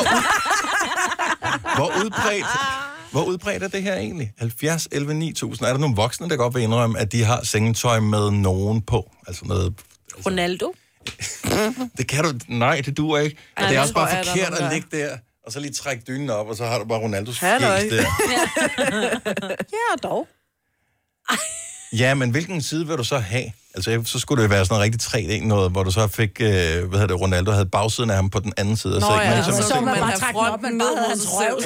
hvor udbredt er det her egentlig? 70, 11, 9000. Er der nogle voksne, der godt vil indrømme, at de har sengetøj med nogen på? Altså noget... Ronaldo? Det kan du... Nej, det duer ikke. Ej, det er også bare forkert at ligge der, og så lige trække dynen op, og så har du bare Ronaldos fjæs der. Ja, dog. Ja, men hvilken side vil du så have? Altså, så skulle det jo være sådan noget rigtig 3D noget, hvor du så fik, Ronaldo havde bagsiden af ham på den anden side. Nå ja, så man bare trække den op, man bare havde hans røv.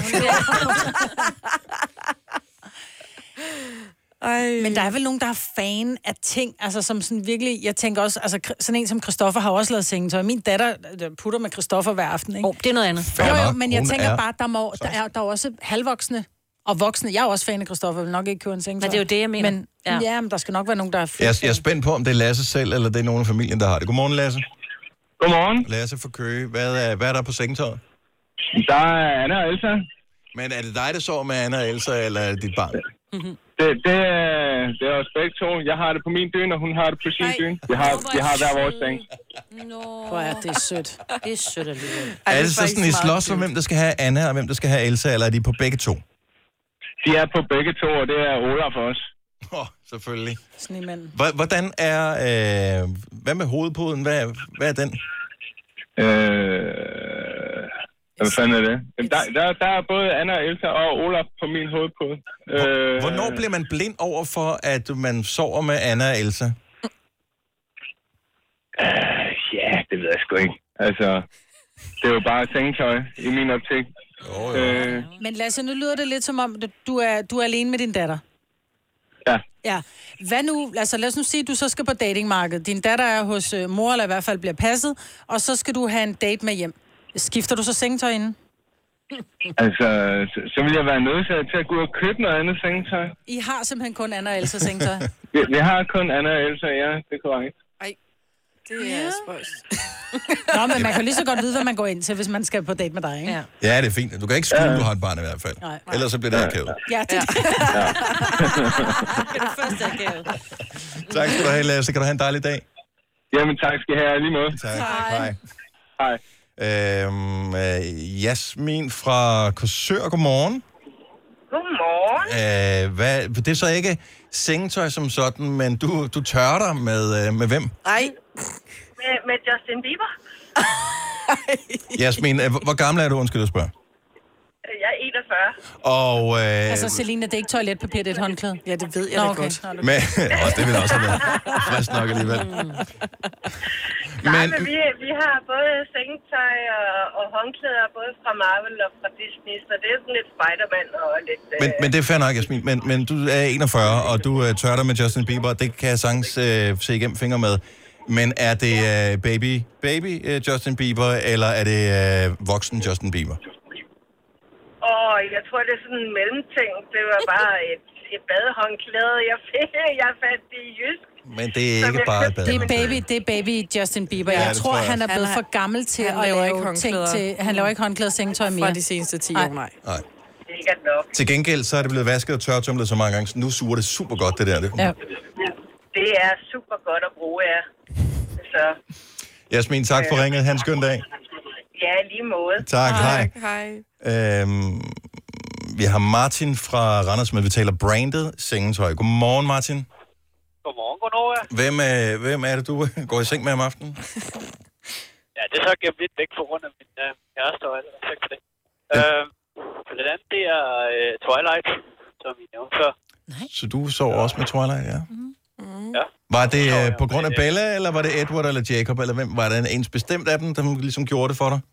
Men der er vel nogen, der er fan af ting, altså som sådan virkelig, jeg tænker også, altså sådan en som Christoffer har også lavet sengetøj. Min datter putter med Christoffer hver aften, ikke? Det er noget andet. Jo, men jeg tænker bare, der er også halvvoksne og voksne. Jeg er også fan af Christoffer, vil nok ikke købe en sengetøj. Men det er jo det, jeg mener. Men men der skal nok være nogen, der er jeg er spændt på, om det er Lasse selv, eller det er nogen af familien, der har det. Godmorgen, Lasse. Godmorgen. Lasse fra Køge. Hvad er der på sengetøjet? Der er Anna og Elsa. Men er det dig, der sover med Anna og Elsa, eller er det dit barn? Det er os begge to. Jeg har det på min dyne, og hun har det på sin dyne. Vi har hver vores seng. Hvor er det sødt. Det er sødt alligevel. Er det så sådan, I slås for, hvem der skal have Anna, og hvem der skal have Elsa, eller er de på begge to? De er på begge to, og det er Ola for os. Selvfølgelig. Snemanden. Hvordan er... hvad med hovedpuden? Hvad er den? Hvad fanden er det? Der er både Anna og Elsa og Olaf på min hovedpude. Hvornår bliver man blind over for, at man sover med Anna og Elsa? Ja, det ved jeg sgu ikke. Altså, det er jo bare sengetøj i min optik. Men Lasse, nu lyder det lidt som om, du er alene med din datter. Ja. Ja. Hvad nu? Altså, lad os nu sige, at du så skal på datingmarkedet. Din datter er hos mor, eller i hvert fald bliver passet, og så skal du have en date med hjem. Skifter du så sengetøj inden? Altså, så vil jeg være nødt til at gå ud og købe noget andet sengetøj. I har simpelthen kun Anna og Elsa sengetøj? Vi har kun Anna og Elsa, ja, det er korrekt. Det er spøjst. Nå, men man kan lige så godt vide, hvad man går ind til, hvis man skal på date med dig, ikke? Ja, det er fint. Du kan ikke skylde, du har et barn i hvert fald. Nej. Ellers så bliver det akavet. Ja, det er det. Tak skal du have, Lasse. Kan du have en dejlig dag? Jamen, tak skal I have lige måde. Tak. Hej. Jasmin fra Korsør, godmorgen. Godmorgen. Det er så ikke sengetøj som sådan, men du tørrer dig med hvem? Nej. Med Justin Bieber. Jasmin, hvor gammel er du, undskyld at spørge? Jeg er 41. Og, altså, Selina, det er ikke toiletpapir, det er et håndklæde. Ja, det ved jeg da godt. Men, det vil også have været frisk nok alligevel. Men vi har både sengetøj og håndklæder, både fra Marvel og fra Disney, så det er sådan lidt Spider-Man og lidt... Men det er fair nok, Jasmin. Men du er 41, og du tørrer dig med Justin Bieber. Det kan jeg sagtens se igennem fingre med. Men er det baby Justin Bieber, eller er det voksen Justin Bieber? Jeg tror, det er sådan en mellemting. Det var bare et badehåndklæde, jeg fandt det i jysk. Men det er ikke bare et badehåndklæde. Det er baby Justin Bieber. Ja, jeg tror, han er blevet for gammel til at lave ting til... Han laver ikke håndklæder og sengetøj mere. Fra de seneste 10 år, nej. Sikkert nok. Til gengæld, så er det blevet vasket og tørtømlet så mange gange, så nu suger det super godt, det der. Ja. Det er super godt at bruge, ja. Så... Jasmin, tak for ringet. Ha' en skøn dag. Ja, lige måde. Tak, hej. Hej. Vi har Martin fra Randers, men vi taler branded sengetøj. Godmorgen, Martin. Godmorgen, godnova. Hvem er det, du går i seng med om aftenen? Ja, det er så gemt lidt væk på grund af min kæreste og alt. Tak for det. For det andet, det er Twilight, som vi nævnte før. Så du sover også med Twilight, ja? Ja. Var det på grund af Bella, eller var det Edward eller Jacob, eller hvem? Var det ens bestemt af dem, der ligesom gjorde det for dig?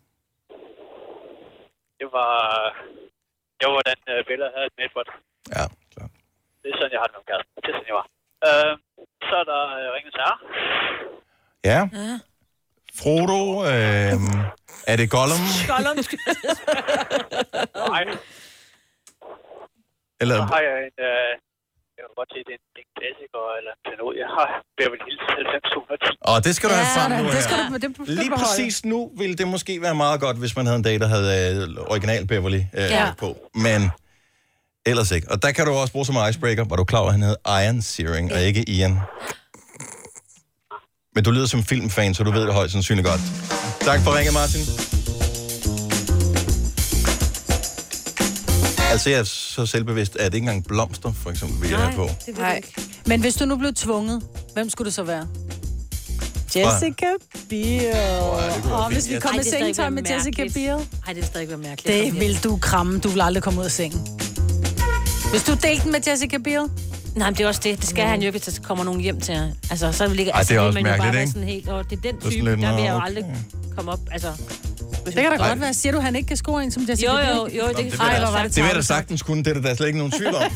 Det var hvordan Bella havde med Edward. Ja, klart. Det er sådan, jeg har det med kæresten. Det er sådan, jeg var. Så er der Ringens Herre. Ja. Frodo, er det Gollum? Gollum. Nej. Eller... Så har jeg en... jeg kan godt se, det er en klassiker eller en klenod. Jeg har Beverly Hills 90210. Og det skal du have frem nu det skal her. Lige præcis nu ville det måske være meget godt, hvis man havde en dag, der havde original Beverly på. Men ellers ikke. Og der kan du også bruge som icebreaker. Var du klar over, at han hed Ian Searing, og ikke Ian? Men du lyder som filmfan, så du ved det højst sandsynligt godt. Tak for ringet, Martin. Altså, jeg er så selvbevidst, at det ikke engang blomster, for eksempel, vil jeg have på. Nej. Men hvis du nu blev tvunget, hvem skulle det så være? Jessica Biel. Hvis vi kommer i sengetøj med Jessica Biel. Nej, det vil stadig være mærkeligt. Det vil du kramme. Du vil aldrig komme ud af sengen. Hvis du delte den med Jessica Biel? Nej, men det er også det. Det skal han jo ikke, hvis der kommer nogen hjem til. Altså, så vil ikke... Ej, det er også mærkeligt, ikke? Sådan helt, og det er den type, der vil jeg jo aldrig komme op. Altså... Det kan da godt være. Siger du, han ikke kan score en som Jessica Biel? Jo, det kan det vil jeg da sagtens kunne. Det er der slet ikke nogen tvivl om.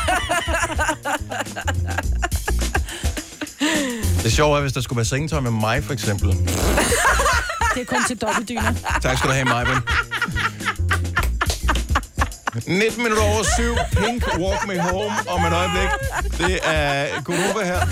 Det sjove er, hvis der skulle være sengetøj med mig, for eksempel. Det er kun til dobbeltdyner. Tak skal du have, Majben. 19 minutter over 7. Pink, Walk Me Home om et øjeblik. Det er Gunova her.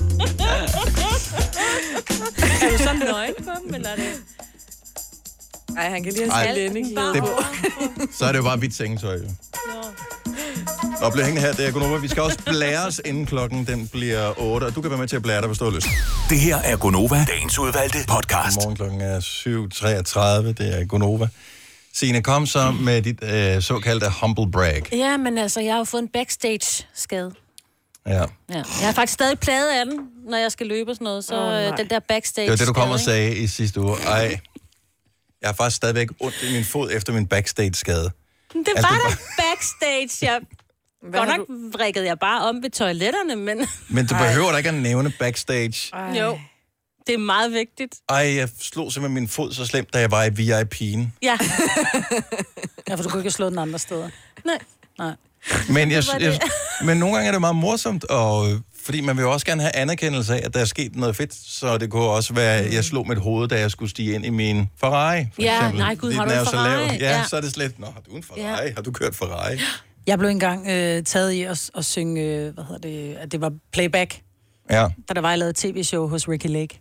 Er du så nøgen på dem, eller er det... Nej, han kan lige have sin lændeklæde på. Så er det jo bare hvidt sengetøj. Nå, bliver hængende her, det er Gonova. Vi skal også blære os, inden klokken den bliver 8, og du kan være med til at blære dig, hvis du har lyst. Det her er Gonova, dagens udvalgte podcast. Morgen klokken er 7:33, det er Gonova. Signe, kom så med dit såkaldte humble brag. Ja, men altså, jeg har jo fået en backstage-skade. Ja. Jeg har faktisk stadig plaget af den, når jeg skal løbe og sådan noget, så den der backstage. Det var det, du kom og sagde i sidste uge. Ej, jeg har faktisk stadigvæk ondt i min fod efter min backstage-skade. Det var da backstage, godt nok vrikkede jeg bare om ved toiletterne, men... Men du behøver da ikke at nævne backstage. Jo, det er meget vigtigt. Jeg slog simpelthen min fod så slemt, da jeg var i VIP'en. Ja. Ja, for du kunne ikke slå den andre steder. Nej. Men, men nogle gange er det meget morsomt, og fordi man vil jo også gerne have anerkendelse af, at der er sket noget fedt, så det kunne også være, at jeg slog mit hoved, da jeg skulle stige ind i min Ferrari, for eksempel. Nej, gud, Fordi har du den er en jo så Ferrari? lav. Ja, så er det slet, har du en Ferrari? Ja. Har du kørt Ferrari? Jeg blev engang taget i at synge, at det var playback, Ja. da der var jeg lavet tv-show hos Ricky Lake.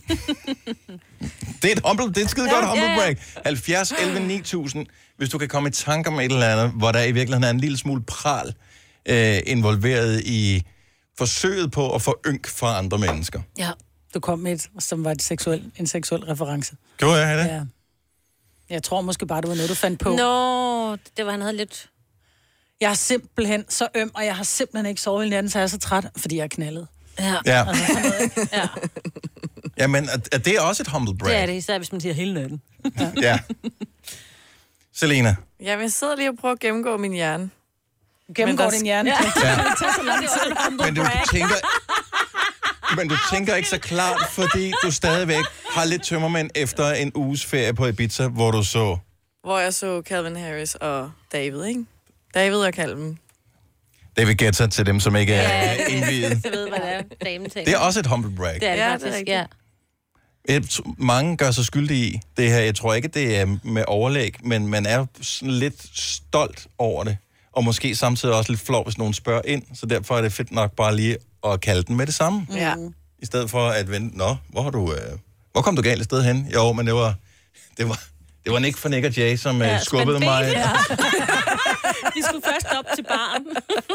Det er et skide godt humble brag. 70, 11, 9000. Hvis du kan komme i tanker om et eller andet, hvor der i virkeligheden er en lille smule pral involveret i forsøget på at få ynk fra andre mennesker. Ja, du kom med et, som var en seksuel reference. Gjorde jeg det? Ja. Jeg tror måske bare, det var noget, du fandt på. Nå, det var han havde lidt... Jeg er simpelthen så øm, og jeg har simpelthen ikke sovet i natten, så jeg er så træt, fordi jeg er knaldet. Ja. Ja. Altså, sådan noget, ikke? Ja. Jamen, er det også et humble brag? Det er det, især hvis man siger hele natten. Ja. Selena. Ja, men jeg sidder lige og prøver at gennemgå min hjerne. Gennemgår din hjerne? Ja. Det tager så lang tid. Men du tænker ikke så klart, fordi du stadigvæk har lidt tømmermænd efter en uges ferie på Ibiza, hvor du så... Hvor jeg så Calvin Harris og David, ikke? David og Calvin. David Guetta til dem, som ikke er indviet. Jeg ved, hvad det er. Damen tænker. Det er også et humble brag. Det er det faktisk, ja. Mange gør sig skyldige i det her. Jeg tror ikke, det er med overlæg, men man er sådan lidt stolt over det. Og måske samtidig også lidt flov, hvis nogen spørger ind. Så derfor er det fedt nok bare lige at kalde den med det samme. Ja. I stedet for at vente, hvor kom du galt et sted hen? Jo, men det var Nick fra Nick og Jay, som skubbede mig. Ja. Vi skulle først op til baren.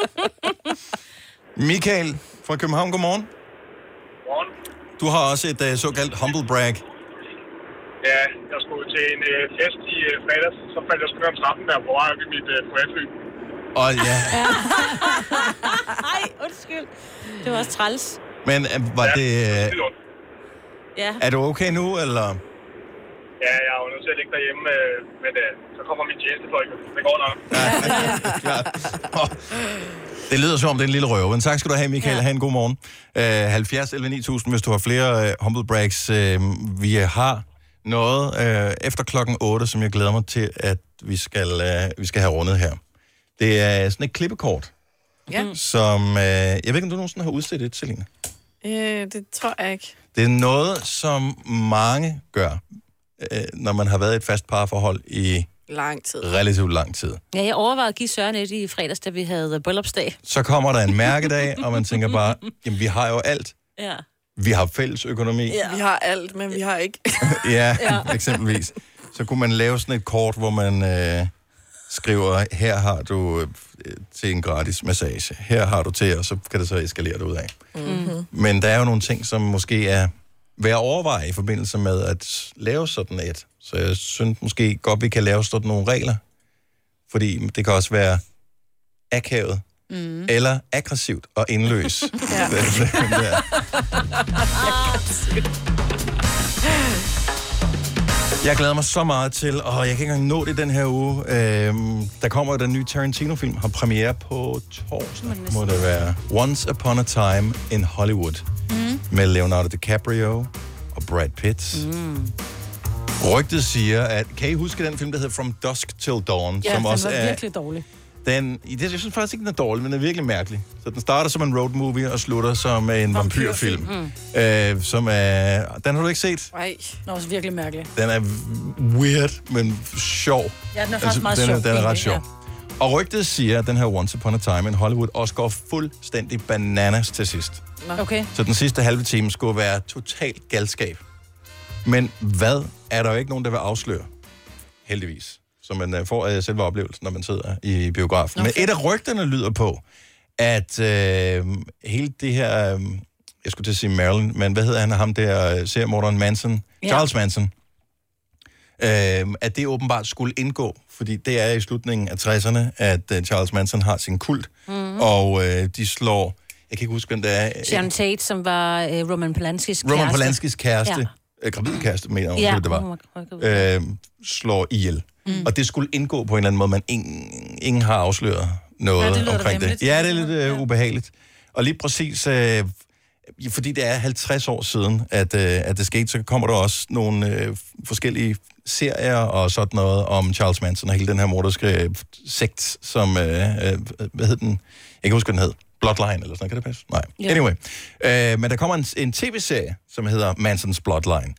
Michael fra København, godmorgen. Godmorgen. Du har også et såkaldt humble brag. Ja, jeg skulle til en fest i fredags, så faldt jeg sgu ned om trappen der på vej op i mit privatfly. Og ja. Ej, undskyld. Det var også træls. Men var det... Ja. Er du okay nu, eller... Ja, jeg er jo nødt til at ligge derhjemme, men så kommer min tjenestefolk. Det går nok. Det lyder som om det er en lille røve, men tak skal du have, Michael. Ja. Ha' en god morgen. 70 11 9000, hvis du har flere humble brags. Vi har noget efter klokken 8, som jeg glæder mig til, at vi skal have rundet her. Det er sådan et klippekort, som... jeg ved ikke, om du nogensinde har udstedt et, Selina? Det tror jeg ikke. Det er noget, som mange gør, når man har været i et fast parforhold i relativt lang tid. Ja, jeg overvejede at give Søren et i fredags, da vi havde bryllupsdag. Så kommer der en mærkedag, og man tænker bare, jamen vi har jo alt. Ja. Vi har fælles økonomi. Ja. Vi har alt, men vi har ikke. Ja, eksempelvis. Så kunne man lave sådan et kort, hvor man skriver, her har du til en gratis massage. Her har du til, og så kan det så eskalere det ud af. Mm-hmm. Men der er jo nogle ting, som måske er værd at overveje i forbindelse med at lave sådan et. Så jeg synes måske godt, vi kan lave sådan nogle regler. Fordi det kan også være akavet, eller aggressivt og indløs. Jeg glæder mig så meget til, og jeg kan ikke engang nå det den her uge. Der kommer den nye Tarantino-film, har premiere på torsdag, må det være. Once Upon a Time in Hollywood. Med Leonardo DiCaprio og Brad Pitt. Rygtet siger, at... Kan I huske den film, der hedder From Dusk Till Dawn? Ja, som den også var er, virkelig dårlig. jeg synes faktisk ikke, den er dårlig, men den er virkelig mærkelig. Så den starter som en road movie og slutter som en vampyrfilm. Som er... Den har du ikke set? Nej. Den er også virkelig mærkelig. Den er weird, men sjov. Ja, den er faktisk meget sjov. Den er ret sjov. Og rygtet siger, at den her Once Upon a Time in Hollywood også går fuldstændig bananas til sidst. Okay. Så den sidste halve time skulle være totalt galskab. Men hvad er der jo ikke nogen, der vil afsløre? heldigvis. Så man får selve oplevelsen, når man sidder i biografen. Men et af rygterne lyder på, at hele det her... jeg skulle til at sige Marilyn, men hvad hedder han? Ham der seriemorderen Manson? Ja. Charles Manson. At det åbenbart skulle indgå, fordi det er i slutningen af 60'erne, at Charles Manson har sin kult, og de slår... Jeg kan ikke huske, hvem det er. Sharon Tate, som var Roman Polanskis kæreste. Roman Polanskis kæreste. Ja. Gravid kæreste, mener jeg, det var. Slår ihjel. Og det skulle indgå på en eller anden måde, men ingen har afsløret noget omkring det. Ja, det er lidt ubehageligt. Og lige præcis, fordi det er 50 år siden, at det skete, så kommer der også nogle forskellige serier og sådan noget om Charles Manson og hele den her morderske sekt, som, hvad hed den? Jeg kan huske, hvad den hed. Bloodline, eller sådan noget. Kan det passe? Nej. Yeah. Anyway. Men der kommer en tv-serie, som hedder Mansons Bloodline.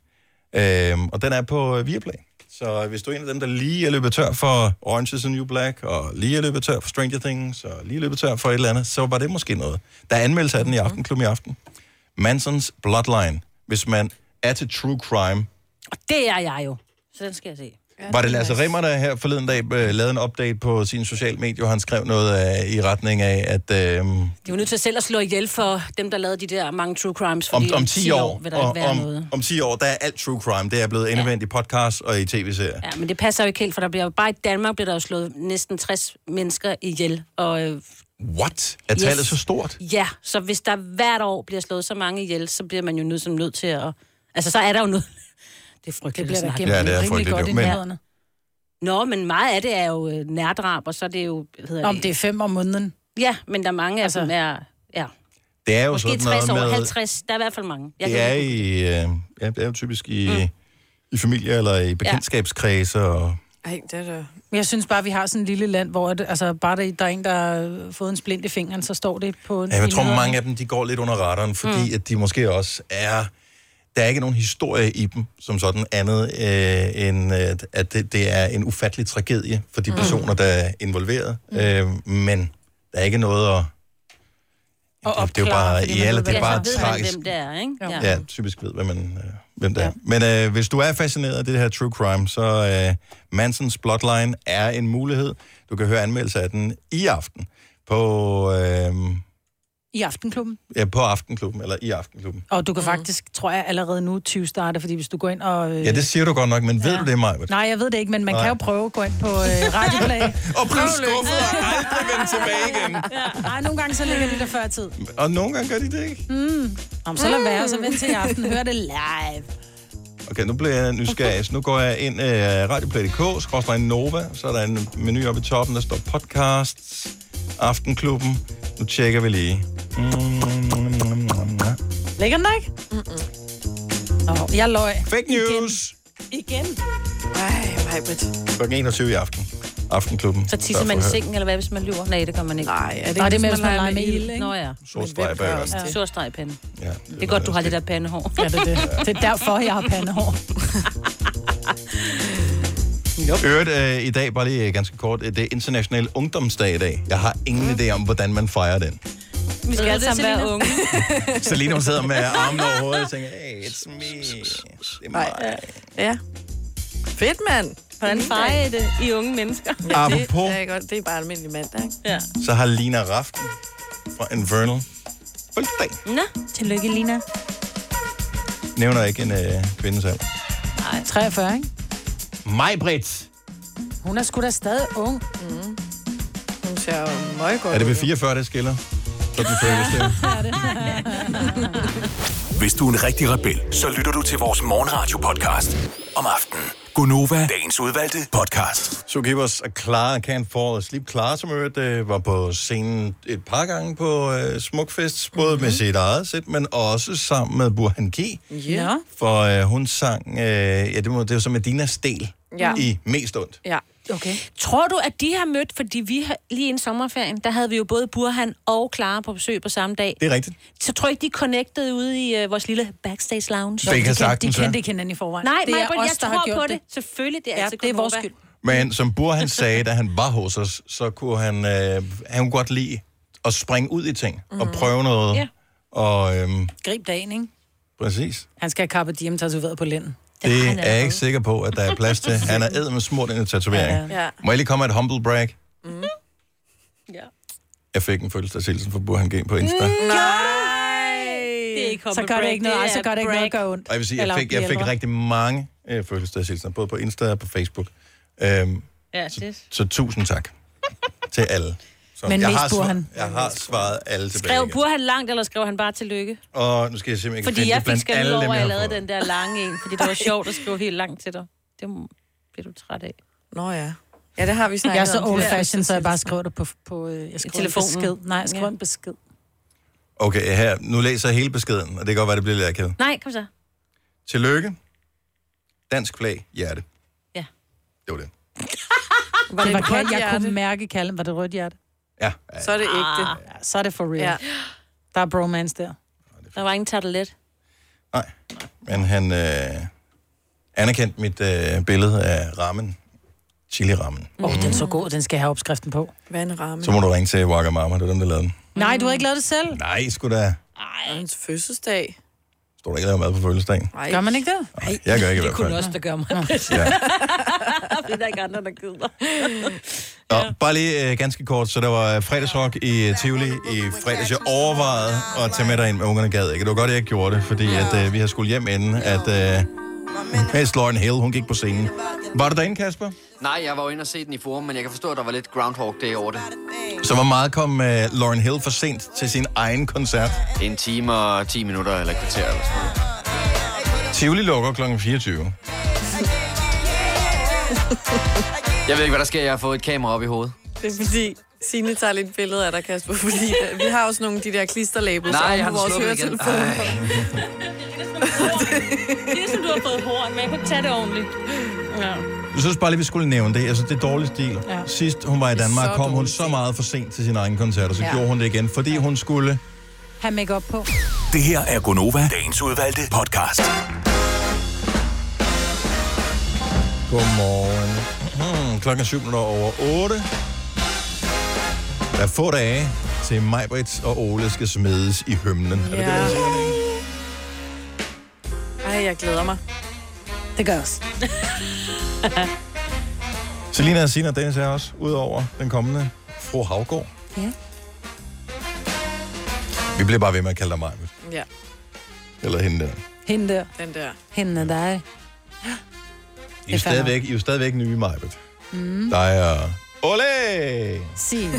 Og den er på Viaplay. Så hvis du er en af dem, der lige er løbet tør for Orange is the New Black, og lige er løbet tør for Stranger Things, og lige er løbet tør for et eller andet, så var det måske noget. Der er anmeldelse af den i Aftenklubben i aften. Mansons Bloodline. Hvis man er til true crime. Og det er jeg jo. Så den skal jeg se. Var det Lasse Rimmer, der her forleden dag lavede en update på sine sociale medier, og han skrev noget i retning af, at... De var nødt til selv at slå ihjel for dem, der lavede de der mange true crimes, fordi om 10 år vil der ikke være noget. Om 10 år, der er alt true crime. Det er blevet endevendt i podcast og i tv-serier. Ja, men det passer jo ikke helt, for der bliver bare i Danmark bliver der jo slået næsten 60 mennesker ihjel. Og, what? Er tallet så stort? Ja, så hvis der hvert år bliver slået så mange ihjel, så bliver man jo nødt til at... Altså, så er der jo noget... Det er frygteligt. Det bliver der gennem det er frygteligt godt i nærhederne. Nå, men meget af det er jo nærdrab, og så er det jo... Det er 5 om måneden. Ja, men der er mange af dem er... Ja. Det er jo måske sådan 60 noget år, med... 50, der er i hvert fald mange. Det er jo typisk i familie eller i bekendtskabskredse og... Ej, det er det. Jeg synes bare, vi har sådan et lille land, hvor bare der er en, der har fået en splint i fingeren, så står det på en... Ja, jeg tror, mange af dem, de går lidt under radaren, fordi at de måske også er... Der er ikke nogen historie i dem, som sådan andet, end at det er en ufattelig tragedie for de personer, der er involveret. Men der er ikke noget at... Og det er jo bare... Ja, det er bare tragisk. Hvem det er, ikke? Ja, typisk ved, hvem det er. Men hvis du er fascineret af det her true crime, så Mansons Bloodline er en mulighed. Du kan høre anmeldelse af den i aften på... I Aftenklubben? Ja, på Aftenklubben, eller i Aftenklubben. Og du kan faktisk, tror jeg, allerede nu 20 starte, fordi hvis du går ind og... Ja, det siger du godt nok, men ved du det, Maja? Nej, jeg ved det ikke, men man kan jo prøve at gå ind på Radioplay. Og blive skuffet og aldrig vende tilbage igen. Nej, nogle gange så ligger de der før tid. Og nogle gange gør de det ikke. Så lad være, så vent til i aften. Hør det live. Okay, nu bliver jeg nysgerrig. Så nu går jeg ind i radioplay.dk/Nova, så er der en menu oppe i toppen, der står podcasts, Aftenklubben. Nu tjekker vi lige. Ligger den ikke? Jeg løg. Fake news! Igen. Ej, Klokken 21 i aften. Aftenklubben. Så tisser man i sengen, eller hvad, hvis man lyver? Nej, det kan man ikke. Nej, er det det ikke, med, hvis man leger med ild, ild, ikke? Nå ja. Sort streg bag os. Ja. Sort streg i panden. Ja, det er godt, du har det der pandehår. Ja, det er det. Det er derfor, jeg har pandehår. Øvrigt i dag, bare lige ganske kort, det er International Ungdomsdag i dag. Jeg har ingen idé om, hvordan man fejrer den. Vi skal alle sammen være unge. Selina, hun sidder med armen over hovedet og tænker, hey, it's me. Det er mig. Ja. Fedt, mand. Hvordan fejrer det i unge mennesker? Ja, det er bare almindelig mandag, ikke? Ja. Så har Lina Raften fra Infernal fødselsdag. Nå, tillykke, Lina. Nævner ikke en kvindes alder. Nej, 43, ikke? Maj-Britt. Hun er sgu da stadig ung. Hun ser jo meget godt. Er det ved 44, det skiller? Sådan føles det. Hvis du er en rigtig rebel, så lytter du til vores morgenradio-podcast om aftenen. Gonova, dagens udvalgte podcast. Zookeepers og Clara Can't Fall Asleep. Clara, som var på scenen et par gange på Smukfest, både med sit eget sæt, men også sammen med Burhan G. Ja. For hun sang, det var så Medinas del i Mest ondt. Ja. Okay. Tror du, at de har mødt, fordi vi lige inden sommerferien, der havde vi jo både Burhan og Clara på besøg på samme dag. Det er rigtigt. Så tror jeg ikke, de connectede ude i vores lille backstage lounge. Det kan sagtens de kendte ikke hinanden i forvejen. Nej, det er jeg os, der tror har gjort på det. Selvfølgelig, det er altså det er vores skyld. Men som Burhan sagde, da han var hos os, så kunne han godt lide at springe ud i ting og prøve noget. Ja. Og, Grib dagen, ikke? Præcis. Han skal have Carpe Diem tatoveret på lænden. Det er jeg ikke sikker på, at der er plads til. Han er eddermed smurt ind i tatovering. Ja. Må jeg lige komme med et humble brag? Mm. Ja. Jeg fik en fødselsdagshilsen fra Burhan G på Insta. Nej! Det er ikke så gør det ikke noget, så gør det ikke noget at gøre ondt. Og jeg vil sige, jeg fik rigtig mange fødselsdagshilsener, både på Insta og på Facebook. Så tusind tak til alle. Men mest Burhan. Jeg har svaret alle tilbage. Skrev Burhan langt, eller skrev han bare tillykke? Og nu skal jeg simpelthen fordi finde jeg fik skæld over, at jeg lavede fået. den der lange en, fordi det var sjovt at skrive helt langt til dig. Det bliver du træt af. Nå ja. Ja, det har vi snakket Jeg er så om. old fashion, så jeg bare skriver det på jeg skriver telefonen. En besked. Nej, jeg skriver en besked. Okay, her. Nu læser jeg hele beskeden, og det kan godt være, det bliver lidt akavet. Nej, kom så. Tillykke. Dansk flag, hjerte. Ja. Det var det. Jeg kunne mærke kalden. Var det rødt hjerte? Ja. Så er det ægte. Ja, så er det for real. Ja. Der er bromance der. Der var ingen tartelet. Nej. Men han anerkendte mit billede af ramen. Chili-ramen. Den er så god, den skal jeg have opskriften på. Hvad er en ramen? Så må du ringe til Wagamama, det er dem, der lavede den. Nej, du har ikke lavet det selv. Nej, sgu da. Ej. Hans fødselsdag. Står der ikke lavet mad på fødselsdagen? Nej. Gør man ikke det? Nej, jeg gør ikke i hvert fald. Det kunne også, der gør mig. Ja. Det er der ikke andre, der gider. Nå, bare lige ganske kort, så der var fredagsrock i Tivoli i fredags. Jeg overvejede at tage med dig ind, med ungerne gad ikke. Det var godt, at jeg gjorde det, fordi at, vi havde skulle hjem inden, at Miss Lauryn Hill, hun gik på scenen. Var du derinde, Kasper? Nej, jeg var jo inde og se den i forum, men jeg kan forstå, at der var lidt Groundhog Day over det. Så hvor meget kom Lauryn Hill for sent til sin egen koncert? 1 time og 10 minutter eller kvarter eller sådan noget. Tivoli lukker kl. 24. Jeg ved ikke, hvad der sker. Jeg har fået et kamera op i hovedet. Det er fordi, Signe tager lidt billede af dig, Kasper, fordi vi har også nogle af de der klisterlabels Nej, på vores høretelefoner. Det er som, du har fået horn, men jeg kunne ikke tage det ordentligt. Ja. Jeg synes bare lige, vi skulle nævne det. Altså, det er dårlig stil. Ja. Sidst hun var i Danmark, kom hun så meget for sent til sin egen koncert, og så gjorde hun det igen, fordi hun skulle have make-up på. Det her er Gonova, dagens udvalgte podcast. Godmorgen. Klokken 7:08. Der er få dage til Maj-Brit og Ole skal smedes i hymnen. Ja. Er det det, jeg siger? Ej, jeg glæder mig. Det gør også. Selina og Sina, Dennis er også udover den kommende fru Havgård. Ja. Vi bliver bare ved med at kalde dig Maj-Brit. Ja. Eller hende der. Hende der. Den der. Hende er dig. I er jo stadigvæk nye Maj-Brit. Dig og Ole! Sig.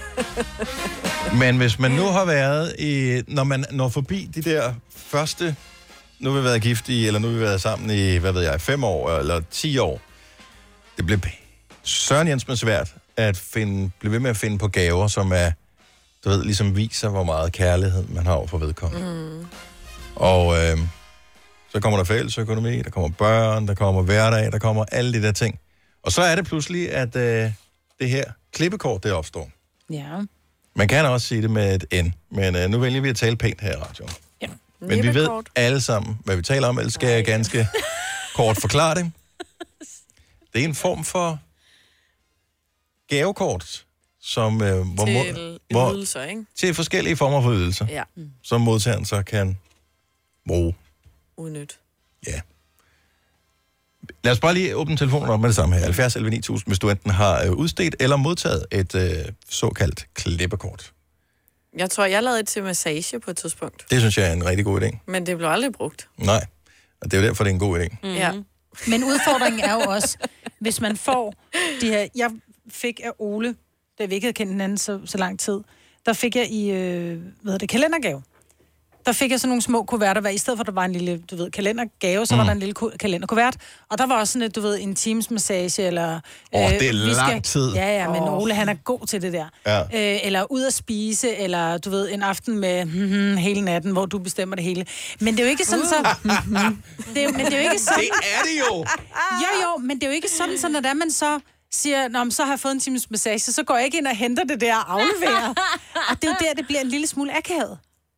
Men hvis man nu har været i... Når man når forbi de der første... Nu har vi været gift i, eller nu har vi været sammen i, 5 år eller 10 år. Det bliver Søren Jens svært at blive ved med at finde på gaver, som er, du ved, ligesom viser, hvor meget kærlighed man har over for vedkommende. Og så kommer der fællesøkonomi, der kommer børn, der kommer hverdag, der kommer alle de der ting. Og så er det pludselig, at det her klippekort, det opstår. Ja. Man kan også sige det med et N, men nu vælger vi at tale pænt her i radioen. Ja. Men vi ved alle sammen, hvad vi taler om, ellers skal jeg ganske kort forklare det. Det er en form for gavekort, som til ydelser, ikke? Til forskellige former for ydelser, ja. Som modtageren så kan bruge. Udnyt. Ja. Lad os bare lige åbne telefonen op med det samme her. 70 11 9000, hvis du enten har udstedt eller modtaget et såkaldt klippekort. Jeg tror, jeg lavede et til massage på et tidspunkt. Det synes jeg er en rigtig god idé. Men det blev aldrig brugt. Nej, og det er jo derfor, det er en god idé. Ja. Men udfordringen er jo også, hvis man får de her... Jeg fik af Ole, da vi ikke havde kendt hinanden så lang tid, der fik jeg i, kalendergave. Der fik jeg sådan nogle små kuverter, hvor i stedet for, der var en lille, kalendergave, så var der en lille kalenderkuvert. Og der var også sådan en en timesmassage, eller... det er lang tid. Ja, men Ole, han er god til det der. Ja. Eller ud at spise, eller en aften med hele natten, hvor du bestemmer det hele. Men det er jo ikke sådan, så... Men det er jo ikke sådan... Det er det jo! Jo, men det er jo ikke sådan, at man så siger, nå, så har jeg fået en times massage, så går jeg ikke ind og henter det der og afleverer. Og det er jo der, det bliver en lille smule akavet.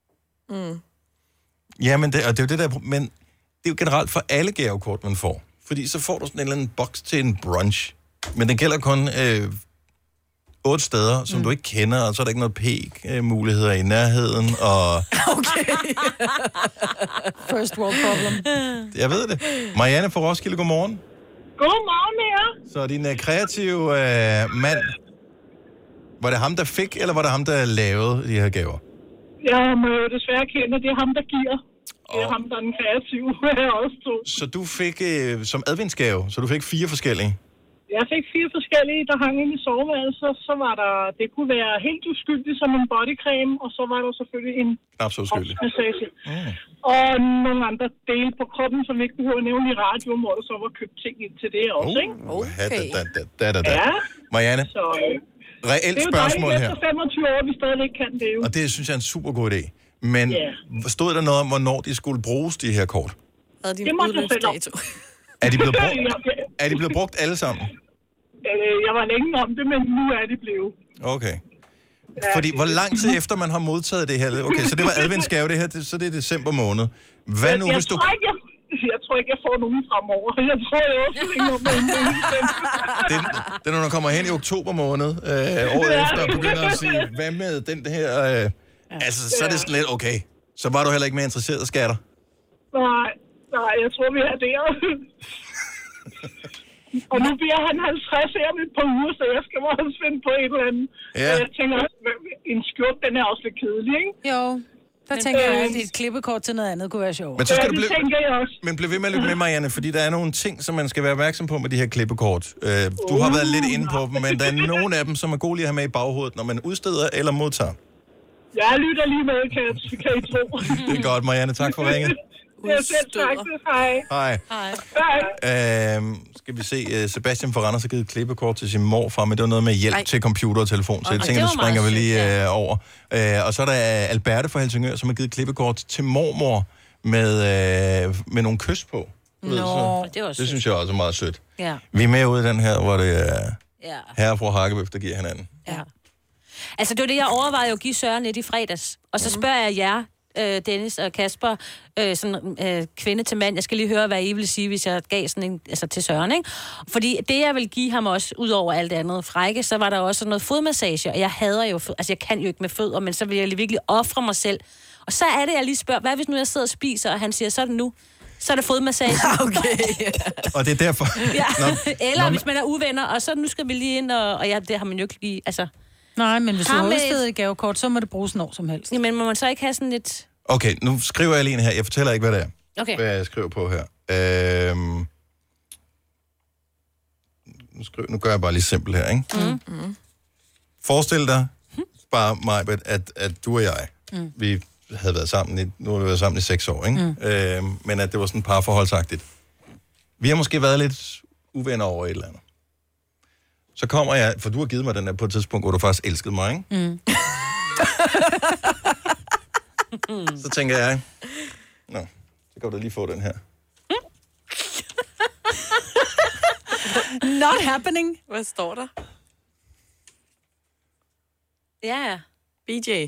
Ja, men det er jo det der, men det er jo generelt for alle gavekort, man får. Fordi så får du sådan en eller anden boks til en brunch. Men den gælder kun 8 steder, som du ikke kender, og så er der ikke noget pæk-muligheder i nærheden, og... Okay. First world problem. Jeg ved det. Marianne fra Roskilde, godmorgen. Godmorgen med jer. Så din kreative mand, var det ham, der fik, eller var det ham, der lavede de her gaver? Jeg må jo desværre kende, at det er ham, der giver. Det er ham, der er den kreative. Også to. Så du fik som adventsgave, så du fik 4 forskellige? Jeg fik 4 forskellige, der hang ind i soveværelset. Så var der, det kunne være helt uskyldigt som en bodycreme, og så var der selvfølgelig en knap så uskyldig massage. Og nogle andre dele på kroppen, som vi ikke behøver at nævne i radioen, hvor der så var købt ting ind til det også, ikke? Okay. Ja. Marianne, så, reelt spørgsmål her. Det er jo dejligt, efter 25 år, vi stadigvæk kan det jo. Og det synes jeg er en super god idé. Men stod der noget om, hvornår de skulle bruges, de her kort? Havde de en udløbsdato? Er de blevet brugt alle sammen? Jeg var længe om det, men nu er de blevet. Okay. Fordi hvor lang tid efter man har modtaget det her? Okay, så det var adventsgave det her, så det er december måned. Hvad nu, hvis du... Jeg tror ikke, jeg får nogen fremover. Jeg tror, jeg også længe om det er, når man kommer hen i oktober måned, året efter, og begynder at sige, hvad med den her... altså, så er det sådan lidt, okay. Så var du heller ikke mere interesseret i skatter? Nej, jeg tror, vi er der. Og nu bliver han 50 her om et par uger, så jeg skal også finde på et eller andet. Ja. Og jeg tænker, en skjort, den er også lidt kedelig, ikke? Jo, der tænker jeg, at et klippekort til noget andet kunne være sjovt. Men så skal det tænker jeg også. Men bliv ved med at lytte med, Marianne, fordi der er nogle ting, som man skal være opmærksom på med de her klippekort. Du har været lidt inde på dem, men der er nogle af dem, som er gode lige at have med i baghovedet, når man udsteder eller modtager. Jeg lytter lige med, kan I tro. Det er godt, Marianne. Tak for ringet. Jeg selv tak. Hej. Skal vi se, Sebastian fra Randers har givet et klippekort til sin morfar, men det var noget med hjælp til computer og telefon, så jeg tænker, nu springer vi lige over. Og så er der Alberte fra Helsingør, som har givet et klippekort til mormor med nogle kys på. Det synes jeg også er meget sødt. Ja. Vi er med ude i den her, hvor det er herre og fru Hakkebøf, der giver hinanden. Ja. Altså, det var det, jeg overvejede at give Søren lidt i fredags. Og så spørger jeg jer, Dennis og Kasper, kvinde til mand. Jeg skal lige høre, hvad I vil sige, hvis jeg gav sådan en, altså til Søren, ikke? Fordi det, jeg vil give ham også, ud over alt andet frække, så var der også noget fodmassage, og jeg hader jo, altså jeg kan jo ikke med fødder, men så vil jeg virkelig ofre mig selv. Og så er det, jeg lige spørger, hvad hvis nu jeg sidder og spiser, og han siger, så er det nu. Så er det fodmassage. Okay. Og det er derfor. Ja. Eller hvis man er uvenner, og så nu skal vi lige ind, og ja, det har man jo ikke lige, altså... Nej, men hvis du har udstedet et gavekort, så må det bruges når som helst. Jamen, må man så ikke have sådan lidt... Okay, nu skriver jeg lige her. Jeg fortæller ikke, hvad det er. Okay. Hvad jeg skriver på her. Nu gør jeg bare lige simpelt her, ikke? Forestil dig bare, Majbet, at du og jeg, vi havde været sammen nu har vi været sammen i 6 år, ikke? Men at det var sådan parforholdsagtigt. Vi har måske været lidt uvenner over et eller andet. Så kommer jeg, for du har givet mig den der på et tidspunkt, hvor du faktisk elskede mig, ikke? Så tænker jeg, så kan du lige få den her. Not happening. Hvad står der? Ja. BJ.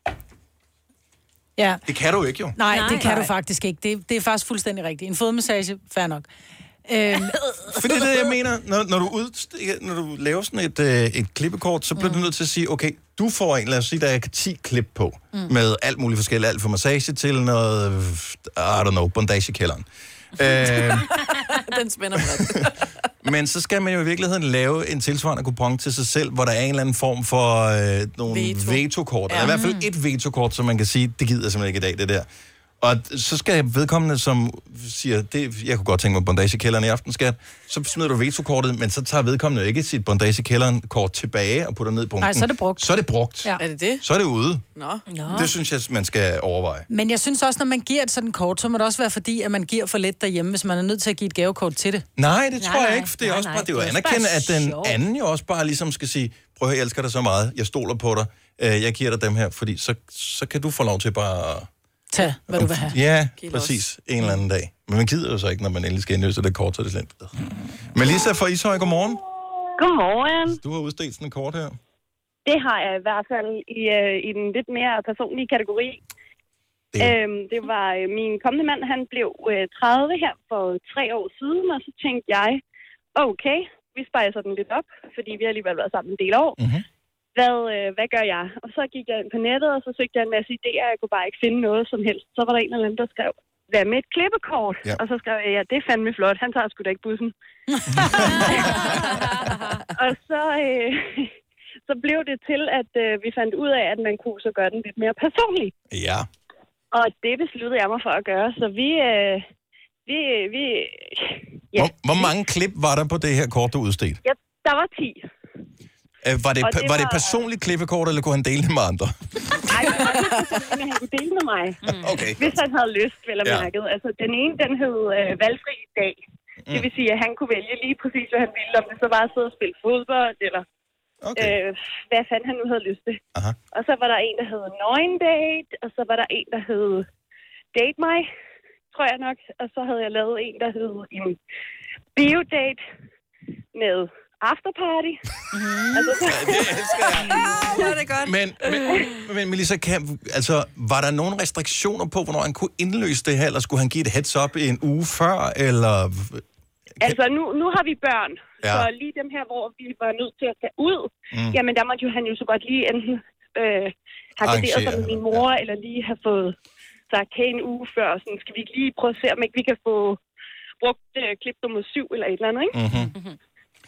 Ja. Det kan du ikke, jo. Nej, det kan du faktisk ikke. Det er faktisk fuldstændig rigtigt. En fodmassage, fair nok. For det er det, jeg mener. Når du laver sådan et klippekort, så bliver du nødt til at sige, okay, du får lad os sige, der er 10 klip på, med alt muligt forskelligt, alt fra massage til noget, I don't know, bondagekælderen. Den spænder mig. Men så skal man jo i virkeligheden lave en tilsvarende kupon til sig selv, hvor der er en eller anden form for nogle vetokort. Ja. I hvert fald et vetokort, som man kan sige, det gider jeg simpelthen ikke i dag, det der. Og så skal vedkommende, som siger, jeg kunne godt tænke mig bondagekælderen i aften, skat, så smider du vetokortet, men så tager vedkommende jo ikke sit bondagekælderen-kort tilbage og putter ned i bunken. Nej, så er det brugt. Så er det brugt. Ja. Er det det? Så er det ude. Nå. Det synes jeg, man skal overveje. Men jeg synes også, når man giver et sådan kort, så må det også være fordi, at man giver for lidt derhjemme, hvis man er nødt til at give et gavekort til det. Nej, det tror jeg ikke, for det er også bare, det er jo at anerkende, at den anden jo også bare ligesom skal sige, prøv at høre, jeg elsker dig så meget, jeg stoler på dig, jeg giver dig dem her, fordi så kan du få lov til bare... Tag, hvad du vil have. Ja, præcis. En eller anden dag. Men man gider jo så ikke, når man endelig skal indløse det kort, så det slemt. Melissa fra Ishøj, godmorgen. Godmorgen. Du har udstedt sådan et kort her. Det har jeg i hvert fald i den lidt mere personlige kategori. Det var min kommende mand, han blev 30 her for 3 år siden, og så tænkte jeg, okay, vi spejser den lidt op, fordi vi har alligevel været sammen en del år. hvad gør jeg? Og så gik jeg ind på nettet, og så søgte jeg en masse idéer. Jeg kunne bare ikke finde noget som helst. Så var der en eller anden, der skrev, hvad med et klippekort? Ja. Og så skrev jeg, ja, det er fandme flot. Han tager sgu da ikke bussen. Og så blev det til, at vi fandt ud af, at man kunne så gøre den lidt mere personlig. Ja. Og det besluttede jeg mig for at gøre. Så Hvor mange klip var der på det her kort, du udstedte? Ja, der var 10. Var det personligt klippekort, eller kunne han dele det med andre? Nej, det var ikke, han kunne dele med mig. Okay, hvis han havde lyst, vel at mærket. Altså, den ene, den hed valgfri dag. Det vil sige, at han kunne vælge lige præcis, hvad han ville. Om det så var at sidde og spille fodbold, eller hvad fanden han nu havde lyst til. Aha. Og så var der en, der hed nøgen date, og så var der en, der hed date mig, tror jeg nok. Og så havde jeg lavet en, der hed en biodate med afterparty. Altså, det elsker jeg. Ja, det er godt. Men Melissa, var der nogle restriktioner på, hvornår han kunne indløse det her, eller skulle han give et heads up en uge før, eller... Altså, nu har vi børn, så lige dem her, hvor vi var nødt til at tage ud, jamen der måtte han jo så godt lige enten have vurderet sig med min mor, eller lige have fået sagt, hey, en uge før, sådan, skal vi lige prøve at se, om ikke vi kan få brugt klip nummer 7, eller et eller andet, ikke? Mm-hmm.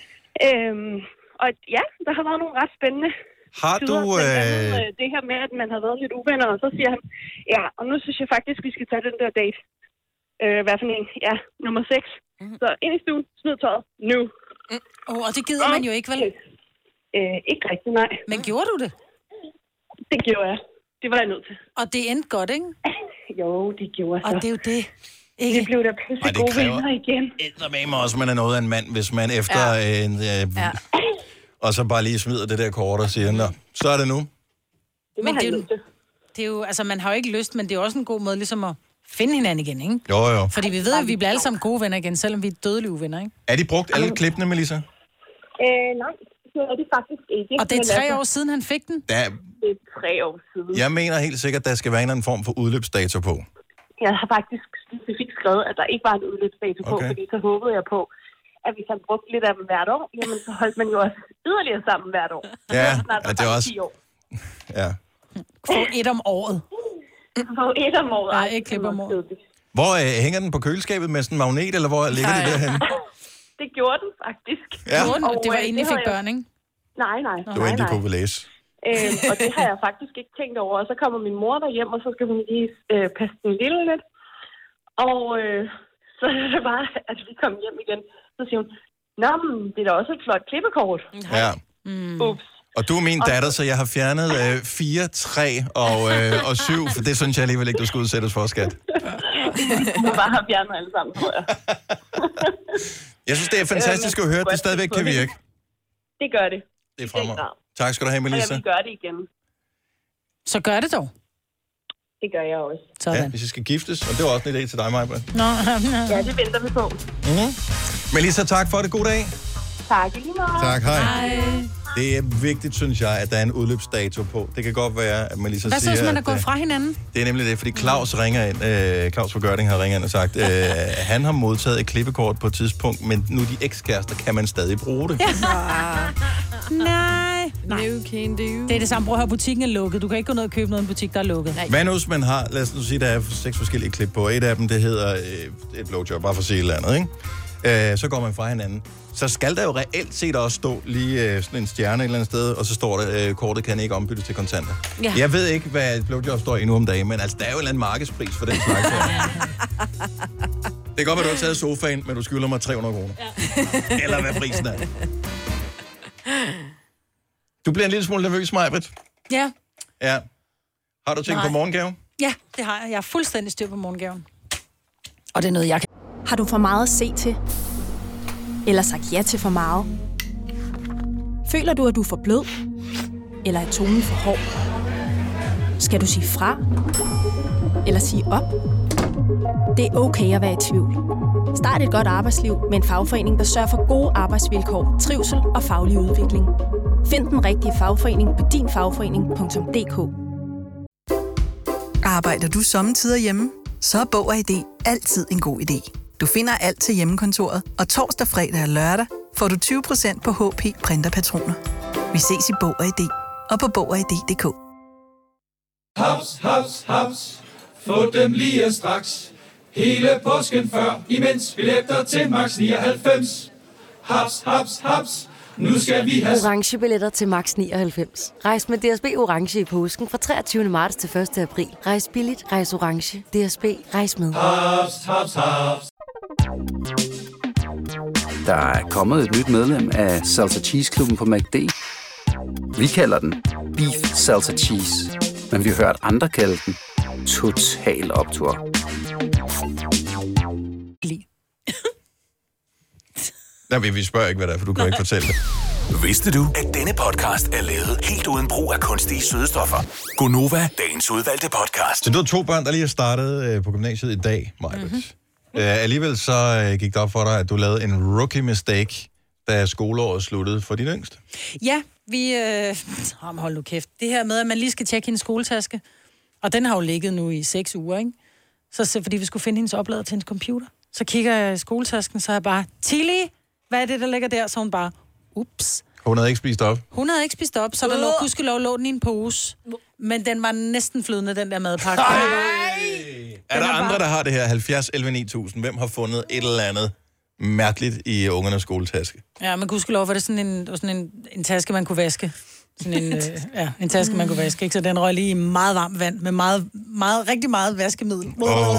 Og ja, der har været nogle ret spændende har du det her med, at man har været lidt uvenner, og så siger han, ja, og nu synes jeg faktisk, vi skal tage den der date. Hvad for en? Ja, nummer 6. Så ind i stuen, smid tøjet, nu. Og det gider man jo ikke, vel? Ikke rigtigt, nej. Men gjorde du det? Det gjorde jeg. Det var jeg nødt til. Og det endte godt, ikke? Jo, det gjorde jeg så. Og det er jo det. Ikke? Det blev der pludselig gode venner igen. Det kræver også, man er noget af en mand, hvis man efter en... Og så bare lige smider det der kort og siger, nå, så er det nu. Men det er jo, altså man har jo ikke lyst, men det er også en god måde ligesom at finde hinanden igen, ikke? Jo. Fordi vi ved, at vi bliver alle sammen gode venner igen, selvom vi er dødelige uvenner, ikke? Er de brugt alle klippene, Melissa? Nej, det er de faktisk ikke. Og det er 3 år siden, han fik den? Det er 3 år siden. Jeg mener helt sikkert, at der skal være en eller anden form for udløbsdato på. Jeg har faktisk specifikt skrevet, at der ikke var en udløbsdato på, fordi så håbede jeg på, at hvis han brugte lidt af dem hvert år, jamen så holdt man jo også yderligere sammen hvert år. Ja, det er også 10 år. Ja. Få 1 om året. Få 1 om året. Nej, ikke klip om året. Hvor hænger den på køleskabet med sådan en magnet, eller hvor ligger det derhenne? Det gjorde den faktisk. Ja. Det var inden I fik børn, ikke? Nej. Det var inden de kunne læse. Og det har jeg faktisk ikke tænkt over. Og så kommer min mor derhjem, og så skal hun lige passe den lille lidt. Og så er det bare, at vi kom hjem igen. Så siger hun, nå, men det er da også et flot klippekort. Ja. Ups. Og du er min datter, så jeg har fjernet 4, 3 og 7, for det synes jeg alligevel ikke, du skal udsættes for, skat. Du bare har fjernet alle sammen, tror jeg. Jeg synes, det er fantastisk at høre, at det stadigvæk kan virke. Det gør det. Det er fremad. Tak skal du have, Melissa. Og jeg vil gøre det igen. Så gør det dog. Det gør jeg også. Sådan. Ja, hvis I skal giftes, og det var også en idé til dig, Maja. Ja, det venter vi på. Melissa, tak for det. God dag. Tak, lige meget. Tak, hej. Det er vigtigt, synes jeg, at der er en udløbsdato på. Det kan godt være, at Melissa siger... Hvad så, hvis man er gået fra hinanden? Det er nemlig det, fordi Claus ringer ind. Claus fra Gørding har ringet ind og sagt, han har modtaget et klippekort på et tidspunkt, men nu de ekskærester, kan man stadig bruge det. Ja. Nej. Det er det samme. Prøv at høre, butikken er lukket. Du kan ikke gå ned og købe noget i en butik, der er lukket. Nej. Hvad nu, hvis man har... Lad os nu sige, der er 6 forskellige klip på. Et af dem, det hedder et blowjob, bare for at sige et eller andet, ikke? Så går man fra hinanden. Så skal der jo reelt set også stå lige sådan en stjerne et eller andet sted, og så står der, kortet kan ikke ombyttes til kontanter. Ja. Jeg ved ikke, hvad et blowjob står i nu om dagen, men altså, der er jo en eller anden markedspris for den slags her. Det kan godt være, du har taget sofaen, men du skylder mig 300 kroner. Ja. Eller hvad prisen er. Du bliver en lille smule nervøs, Majbrit. Ja. Ja. Har du tænkt på morgengave? Ja, det har jeg. Jeg er fuldstændig styr på morgengaven. Og det er noget, jeg kan. Har du for meget at se til? Eller sagt ja til for meget? Føler du, at du er for blød? Eller er tonen for hård? Skal du sige fra? Eller sige op? Det er okay at være i tvivl. Start et godt arbejdsliv med en fagforening, der sørger for gode arbejdsvilkår, trivsel og faglig udvikling. Find den rigtige fagforening på dinfagforening.dk. Arbejder du sommetider hjemme? Så er Bog og ID altid en god idé. Du finder alt til hjemmekontoret, og torsdag, fredag og lørdag får du 20% på HP printerpatroner. Vi ses i Bog og ID og på Bog og ID.dk. Haps, haps, haps. Få dem lige straks. Hele påsken før, imens billetter til max 99. Haps, haps, haps. Nu skal vi have orange billetter til max 99. Rejs med DSB orange i påsken fra 23. marts til 1. april. Rejs billigt, rejs orange. DSB, rejs med. haps, haps, haps. Der er kommet et nyt medlem af Salsa Cheese Klubben på McD. Vi kalder den Beef Salsa Cheese, men vi har hørt andre kalde den Total Optur. Nej, vi spørger ikke, hvad det er, for du kan ikke fortælle det. Vidste du, at denne podcast er lavet helt uden brug af kunstige sødestoffer? Gonova, dagens udvalgte podcast. Så du har 2 børn, der lige har startet på gymnasiet i dag, Maja. Mm-hmm. Alligevel så gik det op for dig, at du lavede en rookie mistake, da skoleåret sluttede for din yngste. Ja, vi... hold nu kæft. Det her med, at man lige skal tjekke hendes skoletaske, og den har jo ligget nu i 6 uger, ikke? Så fordi vi skulle finde hendes oplader til hendes computer. Så kigger jeg i skoletasken, så er jeg bare, Tilly, hvad er det, der ligger der? Så hun bare, ups. Hun havde ikke spist op? Hun havde ikke spist op, så der gudskelov lå den i en pose. Men den var næsten flydende, den der madpakke. Er der andre, der har det her 70 11 9000? Hvem har fundet et eller andet mærkeligt i ungernes skoletaske? Ja, men gudskelov var det sådan en taske, man kunne vaske. Sådan en taske, man kunne vaske, ikke? Så den røg lige i meget varmt vand med rigtig meget vaskemiddel.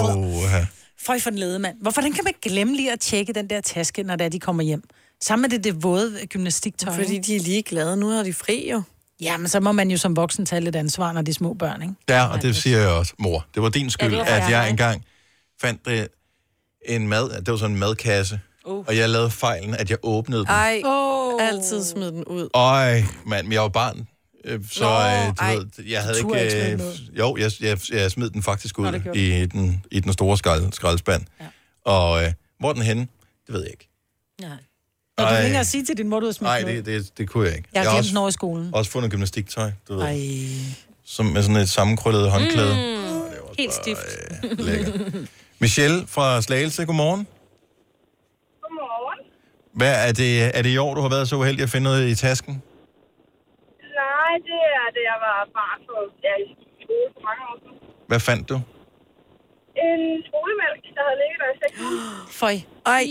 Føj for den lede, mand. Hvorfor den kan man glemme lige at tjekke den der taske, når de kommer hjem? Sammen med det våde gymnastiktøj. Fordi de er lige glade. Nu har de fri, jo. Ja, men så må man jo som voksen tage lidt ansvar, når de er små børn, ikke? Ja, og det siger jeg også, mor. Det var din skyld, at jeg engang fandt det var sådan en madkasse, og jeg lavede fejlen, at jeg åbnede den. Altid smid den ud. Men jeg var barn, så du ved, jeg havde ikke... Jeg smed den faktisk ud i den store skraldespand. Ja. Og hvor er den henne? Det ved jeg ikke. Nej. Og du vil ikke sige til din mor, du har smidt noget? Nej, det kunne jeg ikke. Jeg har glemt den over i skolen. Også fundet gymnastiktøj, du ved. Med sådan et sammenkrøllet håndklæde. Helt stift. Lækker. Michelle fra Slagelse, godmorgen. Godmorgen. Hvad er det i år, du har været så uheldig at finde noget i tasken? Nej, det er det, jeg var barn for i skole for mange år siden. Hvad fandt du? En skolemælk, der havde ligget der i 6 uger. Føj. Åbne?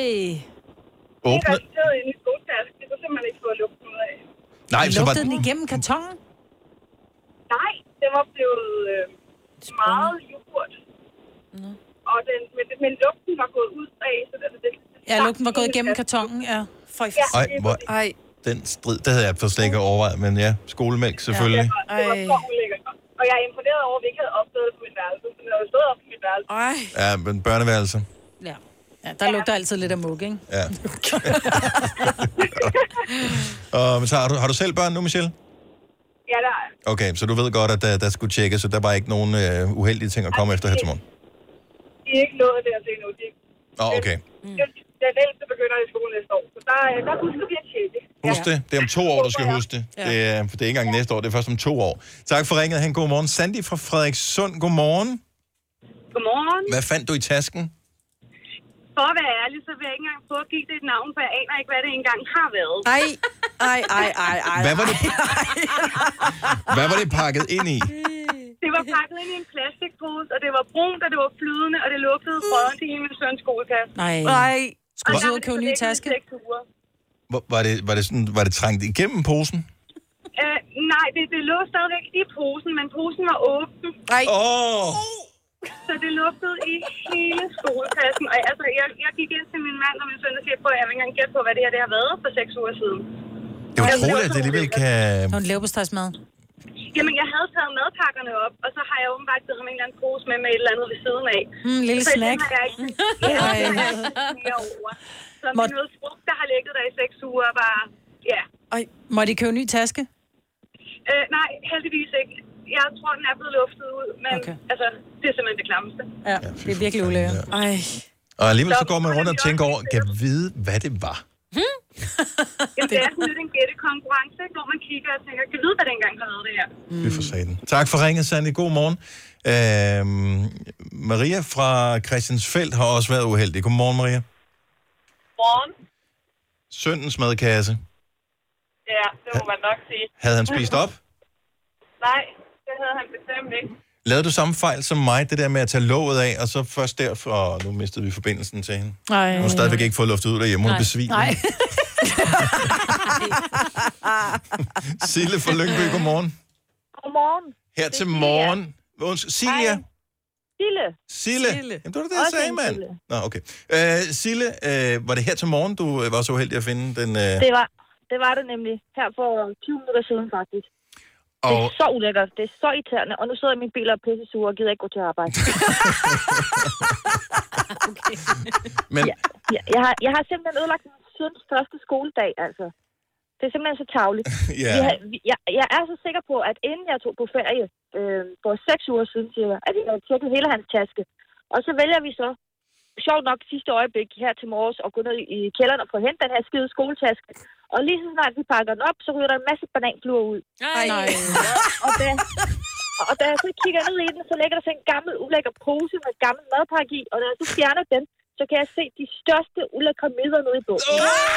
Det var stået inde i skoletasken. Det kunne simpelthen ikke få lugten ud af. Nej, så var den igennem kartongen? Nej, det var blevet meget yoghurt. Men lugten var gået ud af. Så det ja, lugten var gået igennem kartongen, ja. Føj. Den strid, det havde jeg for slet ikke overvejet, men ja, skolemælk selvfølgelig. Ja, det var så ulækkert. Og jeg er imponeret over, at vi ikke havde opdaget det på mit værelse, så det havde stået op på mit værelse. Ja, men børneværelse. Ja, der lugter altid lidt af mug, ikke? Ja. Og så har du selv børn nu, Michelle? Ja, det har jeg. Okay, så du ved godt, at der skulle tjekkes, så der var ikke nogen uheldige ting at komme efter her til morgen? De er ikke nået dertil endnu. Okay. Den ældste begynder i skole næste år, så der husker vi at tjekke. Husk det. Det er om 2 år, du skal huske det. Ja. Det er ikke engang næste år, det er først om 2 år. Tak for ringet. God morgen. Sandy fra Frederikssund, godmorgen. Godmorgen. Hvad fandt du i tasken? For at være ærlig, så vil jeg ikke engang prøve at give det et navn, for jeg aner ikke, hvad det engang har været. Ej. Hvad var det pakket ind i? Det var pakket ind i en plastikpose, og det var brunt, og det var flydende, og det lugtede frøden til hele min søns skolekasse. Nej. Skulle du ud og købe en ny taske? Var det trængt igennem posen? Nej, det lå stadigvæk i posen, men posen var åben. Nej. Så det lugtede i hele skolekassen. Og jeg gik ind til min mand og min søn og siger, at jeg vil ikke engang gætte på, hvad det her det har været for 6 uger siden. Det er utroligt, at det alligevel kan... Og en leverpostejsmad. Jamen, jeg havde taget madpakkerne op, og så har jeg åbenbart givet ham en eller anden pose med et eller andet ved siden af. Lille snack. Så med noget frugt, der har ligget der i 6 uger, bare... Ja. Må de købe en ny taske? Nej, heldigvis ikke. Jeg tror, den er blevet luftet ud, men det er simpelthen det klammeste. Ja, det er virkelig ulækkert. Og alligevel så går man rundt og tænker over, kan vide, hvad det var? Jamen, det er sådan lidt en gættekonkurrence, hvor man kigger og tænker, kan vide, hvad det engang har været det her? Vi får satan. Tak for ringet, Sandy. God morgen. Maria fra Christiansfeld har også været uheldig. Godmorgen, Maria. Godmorgen. Søndens madkasse. Ja, det må man nok sige. Havde han spist op? Nej, det havde han bestemt ikke. Lavede du samme fejl som mig, det der med at tage låget af, og så først derfor, nu mistede vi forbindelsen til hende. Nej. Hun har stadigvæk ikke fået luftet ud derhjemme, hun er besvimet. Nej. Sille fra Lyngby, godmorgen. Godmorgen. Her til morgen. Silja? Sille. Jamen, det var det, jeg sagde, mand. Nå, okay. Sille, var det her til morgen, du var så uheldig at finde den... Det var det nemlig. Her for 20 minutter siden, faktisk. Og... Det er så ulækkert. Det er så irriterende. Og nu sidder min bil og er pissesur og gider ikke gå til arbejde. Okay. Men... Jeg har simpelthen ødelagt min søns første skoledag, altså. Det er simpelthen så tarveligt. Yeah. Jeg er så sikker på, at inden jeg tog på ferie for 6 uger siden, cirka, at jeg havde tjekket hele hans taske. Og så vælger vi så, sjovt nok sidste øjeblik her til morges, og gå ned i kælderen og få hentet den her skide skoletaske. Og lige så snart vi pakker den op, så ryger der en masse bananfluer ud. Nej. Og da jeg så kigger ned i den, så ligger der så en gammel, ulækker pose med et gammelt madpakke i. Og når jeg så fjerner den, så kan jeg se de største ulækre midler nede i båden.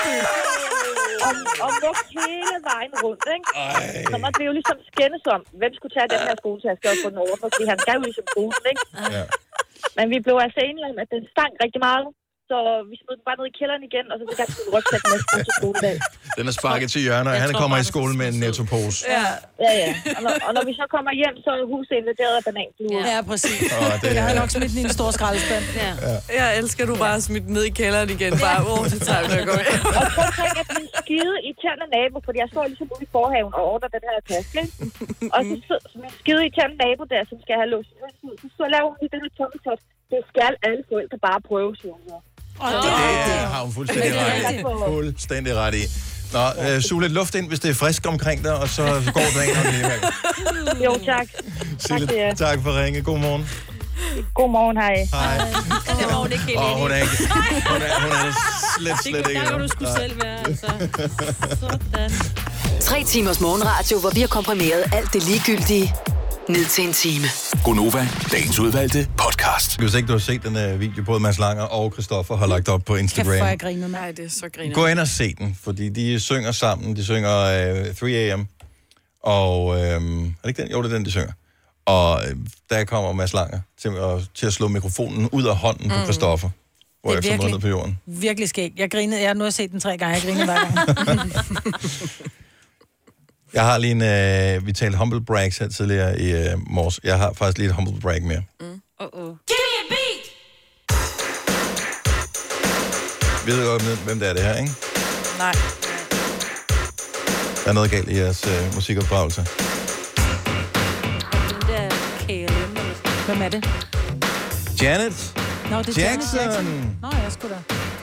Og lukke hele vejen rundt, ikke? Så måtte vi jo ligesom skændes om, hvem skulle tage den her skoletaske og få den over, fordi han skal jo ligesom skolen, ikke? Ja. Men vi blev altså enige om, at den stank rigtig meget. Så vi smed den bare ned i kælderen igen, og så fik jeg en rygsæt med til skoledag. Den er sparket til hjørner, og han kommer i skole med en nettopose. Ja. Og når vi så kommer hjem, så er huset invaderet af bananfluer. Ja, præcis. Jeg har nok smidt den i en stor skraldespand. Jeg elsker, du bare smidt den ned i kælderen igen. Bare, det tager jeg, når jeg går hjem. Og prøv at tænke, at min skide irriterende nabo, fordi jeg står ligesom ude i forhaven og ordner den her taske, ikke? Og så min skide irriterende nabo der, som skal have låst ud, så laver hun lige den her tommeltot. Det skal alle forældre bare prøve, siger hun. Og det har hun fuldstændig ret i. Nå, suge lidt luft ind, hvis det er frisk omkring dig, og så går du ind og lige. Jo, tak. Sille, tak for at ringe. God morgen. Godmorgen, hej. Hej. Det var hun ikke helt hun er ikke. Hun er slet ikke. Der kan du sgu selv være, altså. Sådan. 3 timers morgenradio, hvor vi har komprimeret alt det ligegyldige ned til en time. Gonova, dagens udvalgte podcast. Hvis ikke du har set den video, både Mads Langer og Christoffer har lagt op på Instagram. Kæft, hvor jeg griner. Nej, det er så griner. Gå ind og se den, fordi de synger sammen. De synger 3 AM. Og er det ikke den? Jo, det er den, de synger. Og der kommer Mads Langer til at slå mikrofonen ud af hånden på Christoffer. Hvor jeg så ned på jorden. Virkelig skægt. Jeg grinede. Nu har jeg set den 3 gange. Jeg griner hver gang. Jeg har lige en... vi talte humble brags her tidligere i morges. Jeg har faktisk lige et humble brag mere. Give me a beat! Ved du godt, hvem det er det her, ikke? Nej. Der er noget galt i jeres musikopdragelse. Den der KLM. Hvem er det? Janet Nå, det er Jackson. Janet Jackson. Nå, jeg skulle da.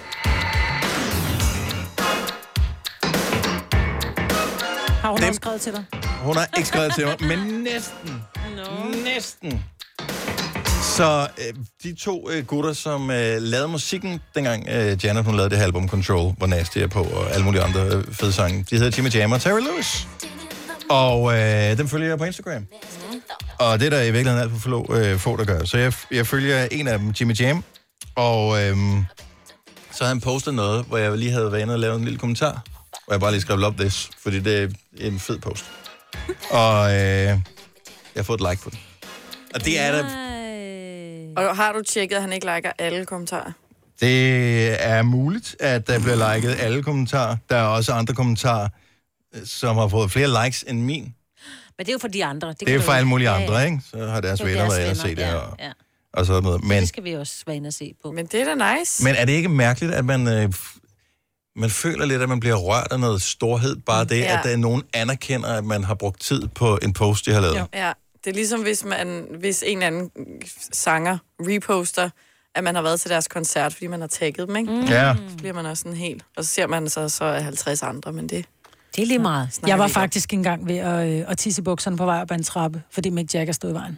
Har hun også skrevet til dig? Hun har ikke skrevet til mig, men næsten. Næsten. Så de 2 gutter, som lavede musikken, dengang Janet hun lavede det her album Control, hvor Nasty er på, og alle mulige andre fede sange, de hedder Jimmy Jam og Terry Lewis. Og dem følger jeg på Instagram. Og det er der i virkeligheden alt for få, der gør. Så jeg følger en af dem, Jimmy Jam, og så havde han postet noget, hvor jeg lige havde været inde og lavet en lille kommentar, hvor jeg bare lige skrev love this, fordi det er en fed post. Og jeg har fået et like på den. Og det er der... Og har du tjekket, at han ikke liker alle kommentarer? Det er muligt, at der bliver liket alle kommentarer. Der er også andre kommentarer, som har fået flere likes end min. Men det er jo for de andre. Det er jo for alle mulige andre, ikke? Så har deres venner været inde og se det her. Ja. Og sådan noget. Men, det skal vi også være inde og se på. Men det er da nice. Men er det ikke mærkeligt, at man føler lidt, at man bliver rørt af noget storhed? Bare det, at der er nogen anerkender, at man har brugt tid på en post, de har lavet. Ja, det er ligesom, hvis en anden sanger reposter, at man har været til deres koncert, fordi man har tagget dem, ikke? Ja. Så bliver man også sådan helt... Og så ser man så 50 andre, men det... Det er lige meget. Jeg var faktisk engang ved at tisse i bukserne på vej op ad en trappe, fordi Mick Jagger stod i vejen.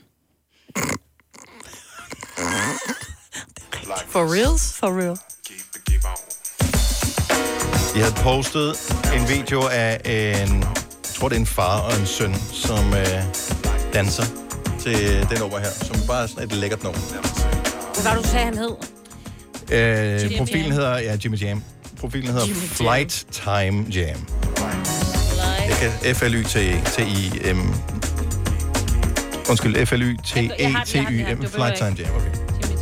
For reals? For real. Jeg havde postet en video af jeg tror det er en far og en søn, som danser til den opera her, som bare er sådan et lækkert nummer. Hvad var du sagde, han hed? Profilen hedder, Jimmy Jam. Profilen hedder Jimmy Flight Time Jam. Det kan FLYTIM. Undskyld, FLYTETYM, Flight Time Jam, okay.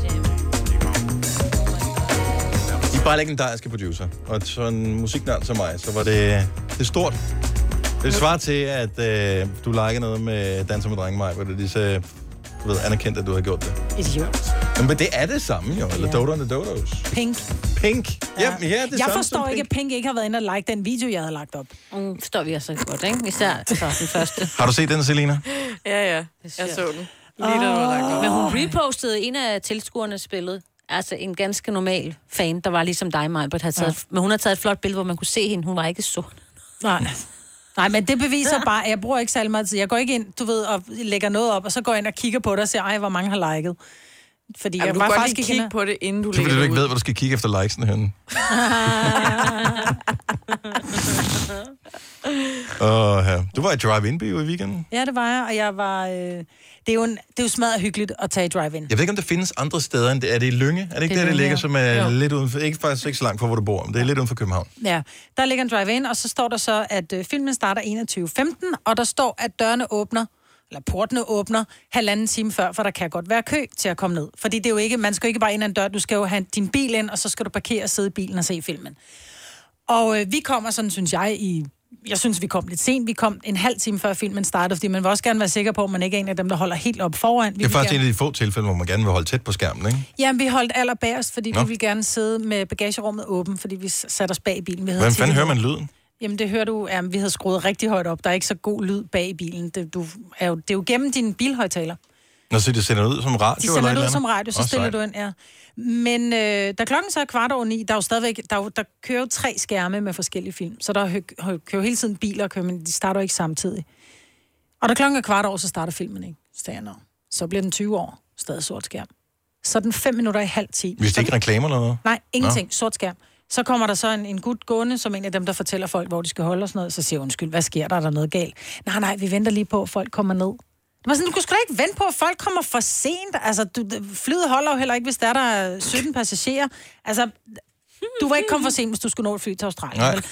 I er bare legendariske producer, og sådan en musiknørd som mig, så var det er stort. Det svarer til, at du likede noget med Danser med Drenge mig, hvor det lige så, du ved, anerkendt, at du har gjort det. Idiot. Men det er det samme jo, eller Dodo and the Dodos. Pink. Pink? Ja, det er jeg forstår ikke, at Pink ikke har været inde og like den video, jeg havde lagt op. Forstår vi altså godt, ikke? Især altså, den første. Har du set den, Selina? Ja, jeg så den. Lige der var lagt op. Men hun repostede en af tilskuernes billede. Altså en ganske normal fan, der var ligesom dig, Majbert, havde taget. Men hun har taget et flot billede, hvor man kunne se hende. Hun var ikke sort. Nej, men det beviser bare, at jeg bruger ikke særlig meget tid. Jeg går ikke ind, du ved, og lægger noget op, og så går jeg ind og kigger på det og siger, ej, hvor mange har liket. Fordi jeg var faktisk ikke kigge på det, inden du lægger det ud. Du ikke ved, hvor du skal kigge efter likesene henne. Du var i drive-in-bio i weekenden? Ja, det var jeg, og jeg var... Det er jo smadret hyggeligt at tage i drive-in. Jeg ved ikke, om der findes andre steder end det. Er det i Lynge? Er det ikke det ligger, som er lidt uden for... Faktisk ikke så langt fra, hvor du bor, men det er lidt uden for København. Ja, der ligger en drive-in, og så står der så, at filmen starter 21.15, og der står, at dørene åbner, eller portene åbner, 1,5 time før, for der kan godt være kø til at komme ned. Fordi det er jo ikke, man skal jo ikke bare ind ad en dør, du skal jo have din bil ind, og så skal du parkere og sidde i bilen og se filmen. Og vi kommer sådan, synes jeg synes, vi kom lidt sent. Vi kom 1,5 time før filmen startede, fordi man vil også gerne være sikker på, at man ikke er en af dem, der holder helt op foran. Det er faktisk en af de få tilfælde, hvor man gerne vil holde tæt på skærmen, ikke? Jamen, vi holdt allerbærest, fordi vi ville gerne sidde med bagagerummet åbent, fordi vi satte os bag i bilen. Hvordan fanden hører man lyden? Jamen, det hører du, vi havde skruet rigtig højt op. Der er ikke så god lyd bag i bilen. Det er jo gennem din bilhøjtaler. Nå, så det sender ud som radio? De sender ud som radio, så stiller du ind, ja. Men da klokken så er 8:45, der er jo stadigvæk, der kører jo 3 skærme med forskellige film, så der kører hele tiden biler, men de starter jo ikke samtidig. Og da klokken er 15:15, så starter filmen ikke. Så bliver den 20 år, stadig sort skærm. Så den 5 minutter i halv 10. Hvis det ikke reklamer eller noget? Nej, ingenting, sort skærm. Så kommer der så en gut gående, som en af dem, der fortæller folk, hvor de skal holde og sådan noget, så siger undskyld, hvad sker der? Er der noget galt? Nej, vi venter lige på, at folk kommer ned. Det var sådan, du kunne sgu da ikke vente på, at folk kommer for sent. Altså, flyet holder jo heller ikke, hvis der er 17 passagerer. Altså, du var ikke kommet for sent, hvis du skulle nå et fly til Australien. Nej,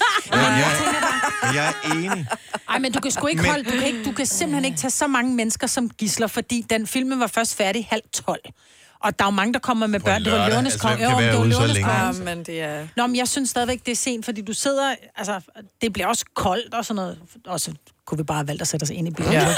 jeg er enig. Ej, men du kan sgu ikke holde, du kan simpelthen ikke tage så mange mennesker som gidsler, fordi den film var først færdig 11:30. Og der er jo mange, der kommer med børn. Det var Løvernes Konge. Det var Løvernes Konge. Men det er... Nå, men jeg synes stadigvæk, det er sent, fordi du sidder... Altså, det bliver også koldt og sådan noget. Og så kunne vi bare have valgt at sætte os ind i bilen. Ja.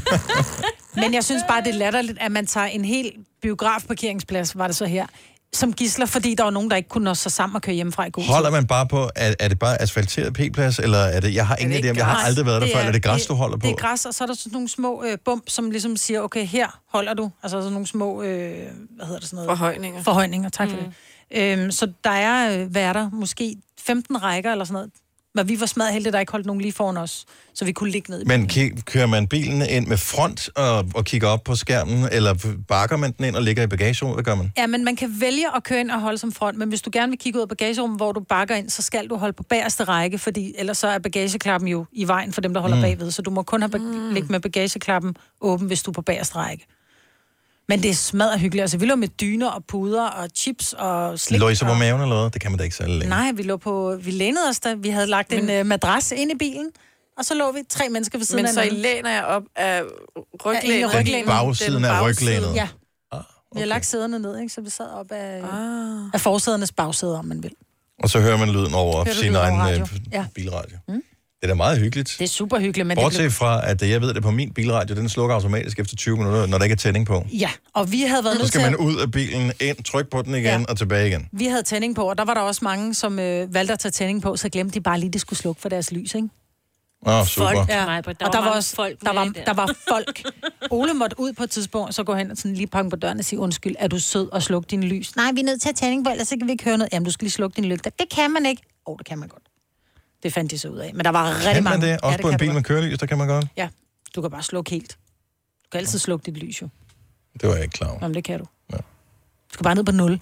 Men jeg synes bare, det er latterligt, at man tager en hel biografparkeringsplads, var det så her, som gidsler, fordi der var nogen, der ikke kunne nå sig sammen og køre hjemmefra i god tid. Holder man bare på, er det bare asfalteret p-plads, eller er det... Jeg har ingen idé om, jeg har aldrig været der før, eller er det græs, du holder på? Det er græs, og så er der sådan nogle små bump, som ligesom siger, okay, her holder du. Altså sådan nogle små, hvad hedder det sådan noget? Forhøjninger, tak for det. Så der er værter, måske 15 rækker eller sådan noget. Men vi var smadret heldige, der ikke holdt nogen lige foran os, så vi kunne ligge ned i bilen. Men kører man bilen ind med front og kigger op på skærmen, eller bakker man den ind og ligger i bagagerummet? Hvad gør man? Ja, men man kan vælge at køre ind og holde som front, men hvis du gerne vil kigge ud af bagagerummet, hvor du bakker ind, så skal du holde på bagerste række, fordi ellers så er bagageklappen jo i vejen for dem, der holder bagved, så du må kun have ligge med bagageklappen åben, hvis du er på bagerste række. Men det er smadret hyggeligt. Altså, vi lå med dyner og puder og chips og slik. Lå I så på maven eller noget? Det kan man da ikke særlig længe. Nej, vi lænede os da. Vi havde lagt en madras ind i bilen, og så lå vi 3 mennesker ved siden af. Men så I læner jeg op af ryglænet? Den bagsiden af ryglænet? Ja. Okay. Vi har lagt sæderne ned, ikke? Så vi sad op af forsædernes bagsæder, om man vil. Og så hører man lyden over sin egen bilradio. Det er da meget hyggeligt. Det er super hyggeligt. Men bortset fra, at jeg ved, at på min bilradio, den slukker automatisk efter 20 minutter, når der ikke er tænding på. Ja, og vi havde været nødt til... Så skal man ud af bilen, ind, trykke på den igen og tilbage igen. Vi havde tænding på, og der var der også mange, som valgte at tage tænding på, så glemte de bare lige, de skulle slukke for deres lys, ikke? Super. Folk, ja. Og der var også folk. Der var folk. Ole måtte ud på et tidspunkt, så gå hen og sådan lige pakke på døren og sige, undskyld, er du sød og slukke din lys? Nej, vi er nødt til at tage tænding på, ellers kan vi ikke høre noget. Jamen, du skal lige slukke din lygter. Det kan man ikke. Det kan man godt. Det fandt de så ud af. Men der var rigtig mange... Kan man det? Også på en bil med kørelys, der kan man godt? Ja, du kan bare slukke helt. Du kan altid slukke dit lys, jo. Det var jeg ikke klar over. Jamen, det kan du. Ja. Du skal bare ned på 0.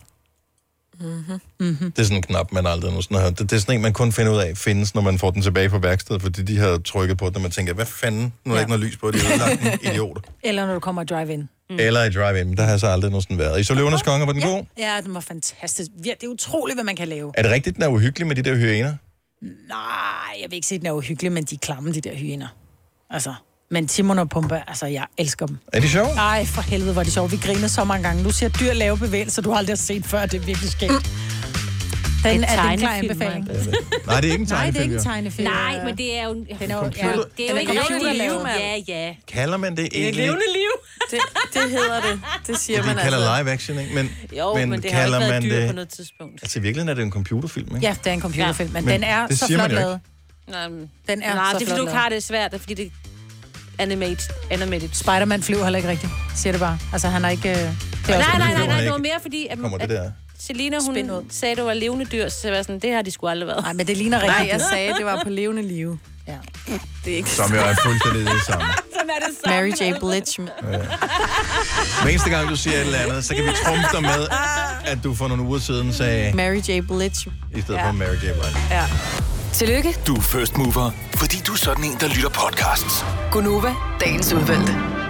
Det er sådan en knap, man aldrig nogensinde har. Det er sådan en, man kun finder ud af findes, når man får den tilbage på værkstedet, fordi de har trykket på den, og man tænker, hvad fanden? Nu er der ikke noget lys på, de har udlagt en idioter. Eller når du kommer i drive-in. Eller i drive-in, men der har jeg så aldrig nogensinde været. I så Løvernes Konge, var den god? Ja, den var fantastisk. Det er utroligt, hvad man kan lave. Er det rigtigt, den er uhyggelig med de der hyæner? Nej, jeg vil ikke sige, den er uhyggelig, men de er klamme, de der hyæner. Altså, Men Timon og Pumba, altså, jeg elsker dem. Er de sjove? Nej, for helvede, hvor er de sjove. Vi griner så mange gange. Nu ser dyr lave bevægelser, du har aldrig set før. Det er virkelig skægt. Den er en klar anbefaling. Nej, det er ikke en tegnefilm. Nej, det er ikke en tegnefilm. Nej, men det er jo... Den er jo, det er jo ikke rigtig liv, mand. Ja. Kalder man det egentlig? Det er levende liv. Det hedder det. Det siger man altså. Det kalder live action, ikke? Men det har ikke været dyr på noget tidspunkt. Altså i virkeligheden er det en computerfilm, ikke? Ja, det er en computerfilm, men den er så flot lavet. Den er nej, det er fordi, du ikke har det svært, det er fordi, det animated. Spider-Man flyver heller ikke rigtigt, siger det bare. Altså, han er ikke... Nej, det var mere fordi, at Selina, hun sagde, det var levende dyr, så jeg var sådan, det har de sgu aldrig været. Nej, men det ligner rigtigt. Nej, jeg sagde, det var på levende liv. Ja. Det er ikke som jo er fuldstændig det samme. Mary J. Blige. Hver eneste gang, du siger et eller andet, så kan vi trumfe dig med, at du for nogle uger siden sagde... Mary J. Blige. I stedet for Mary J. Blige. Ja. Tillykke. Du er first mover, fordi du er sådan en, der lytter podcasts. Gunova, dagens udvalgte.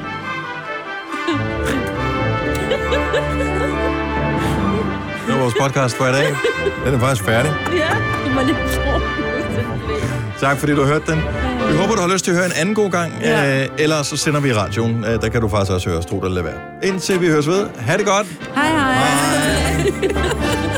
Det var vores podcast for i dag. Den er faktisk færdig. Ja, man ikke tror. Tak fordi du har hørt den. Vi håber, du har lyst til at høre en anden god gang. Ja. Ellers så sender vi i radioen. Der kan du faktisk også høre os, tro det eller lade være. Indtil vi høres ved. Ha' det godt. Hej.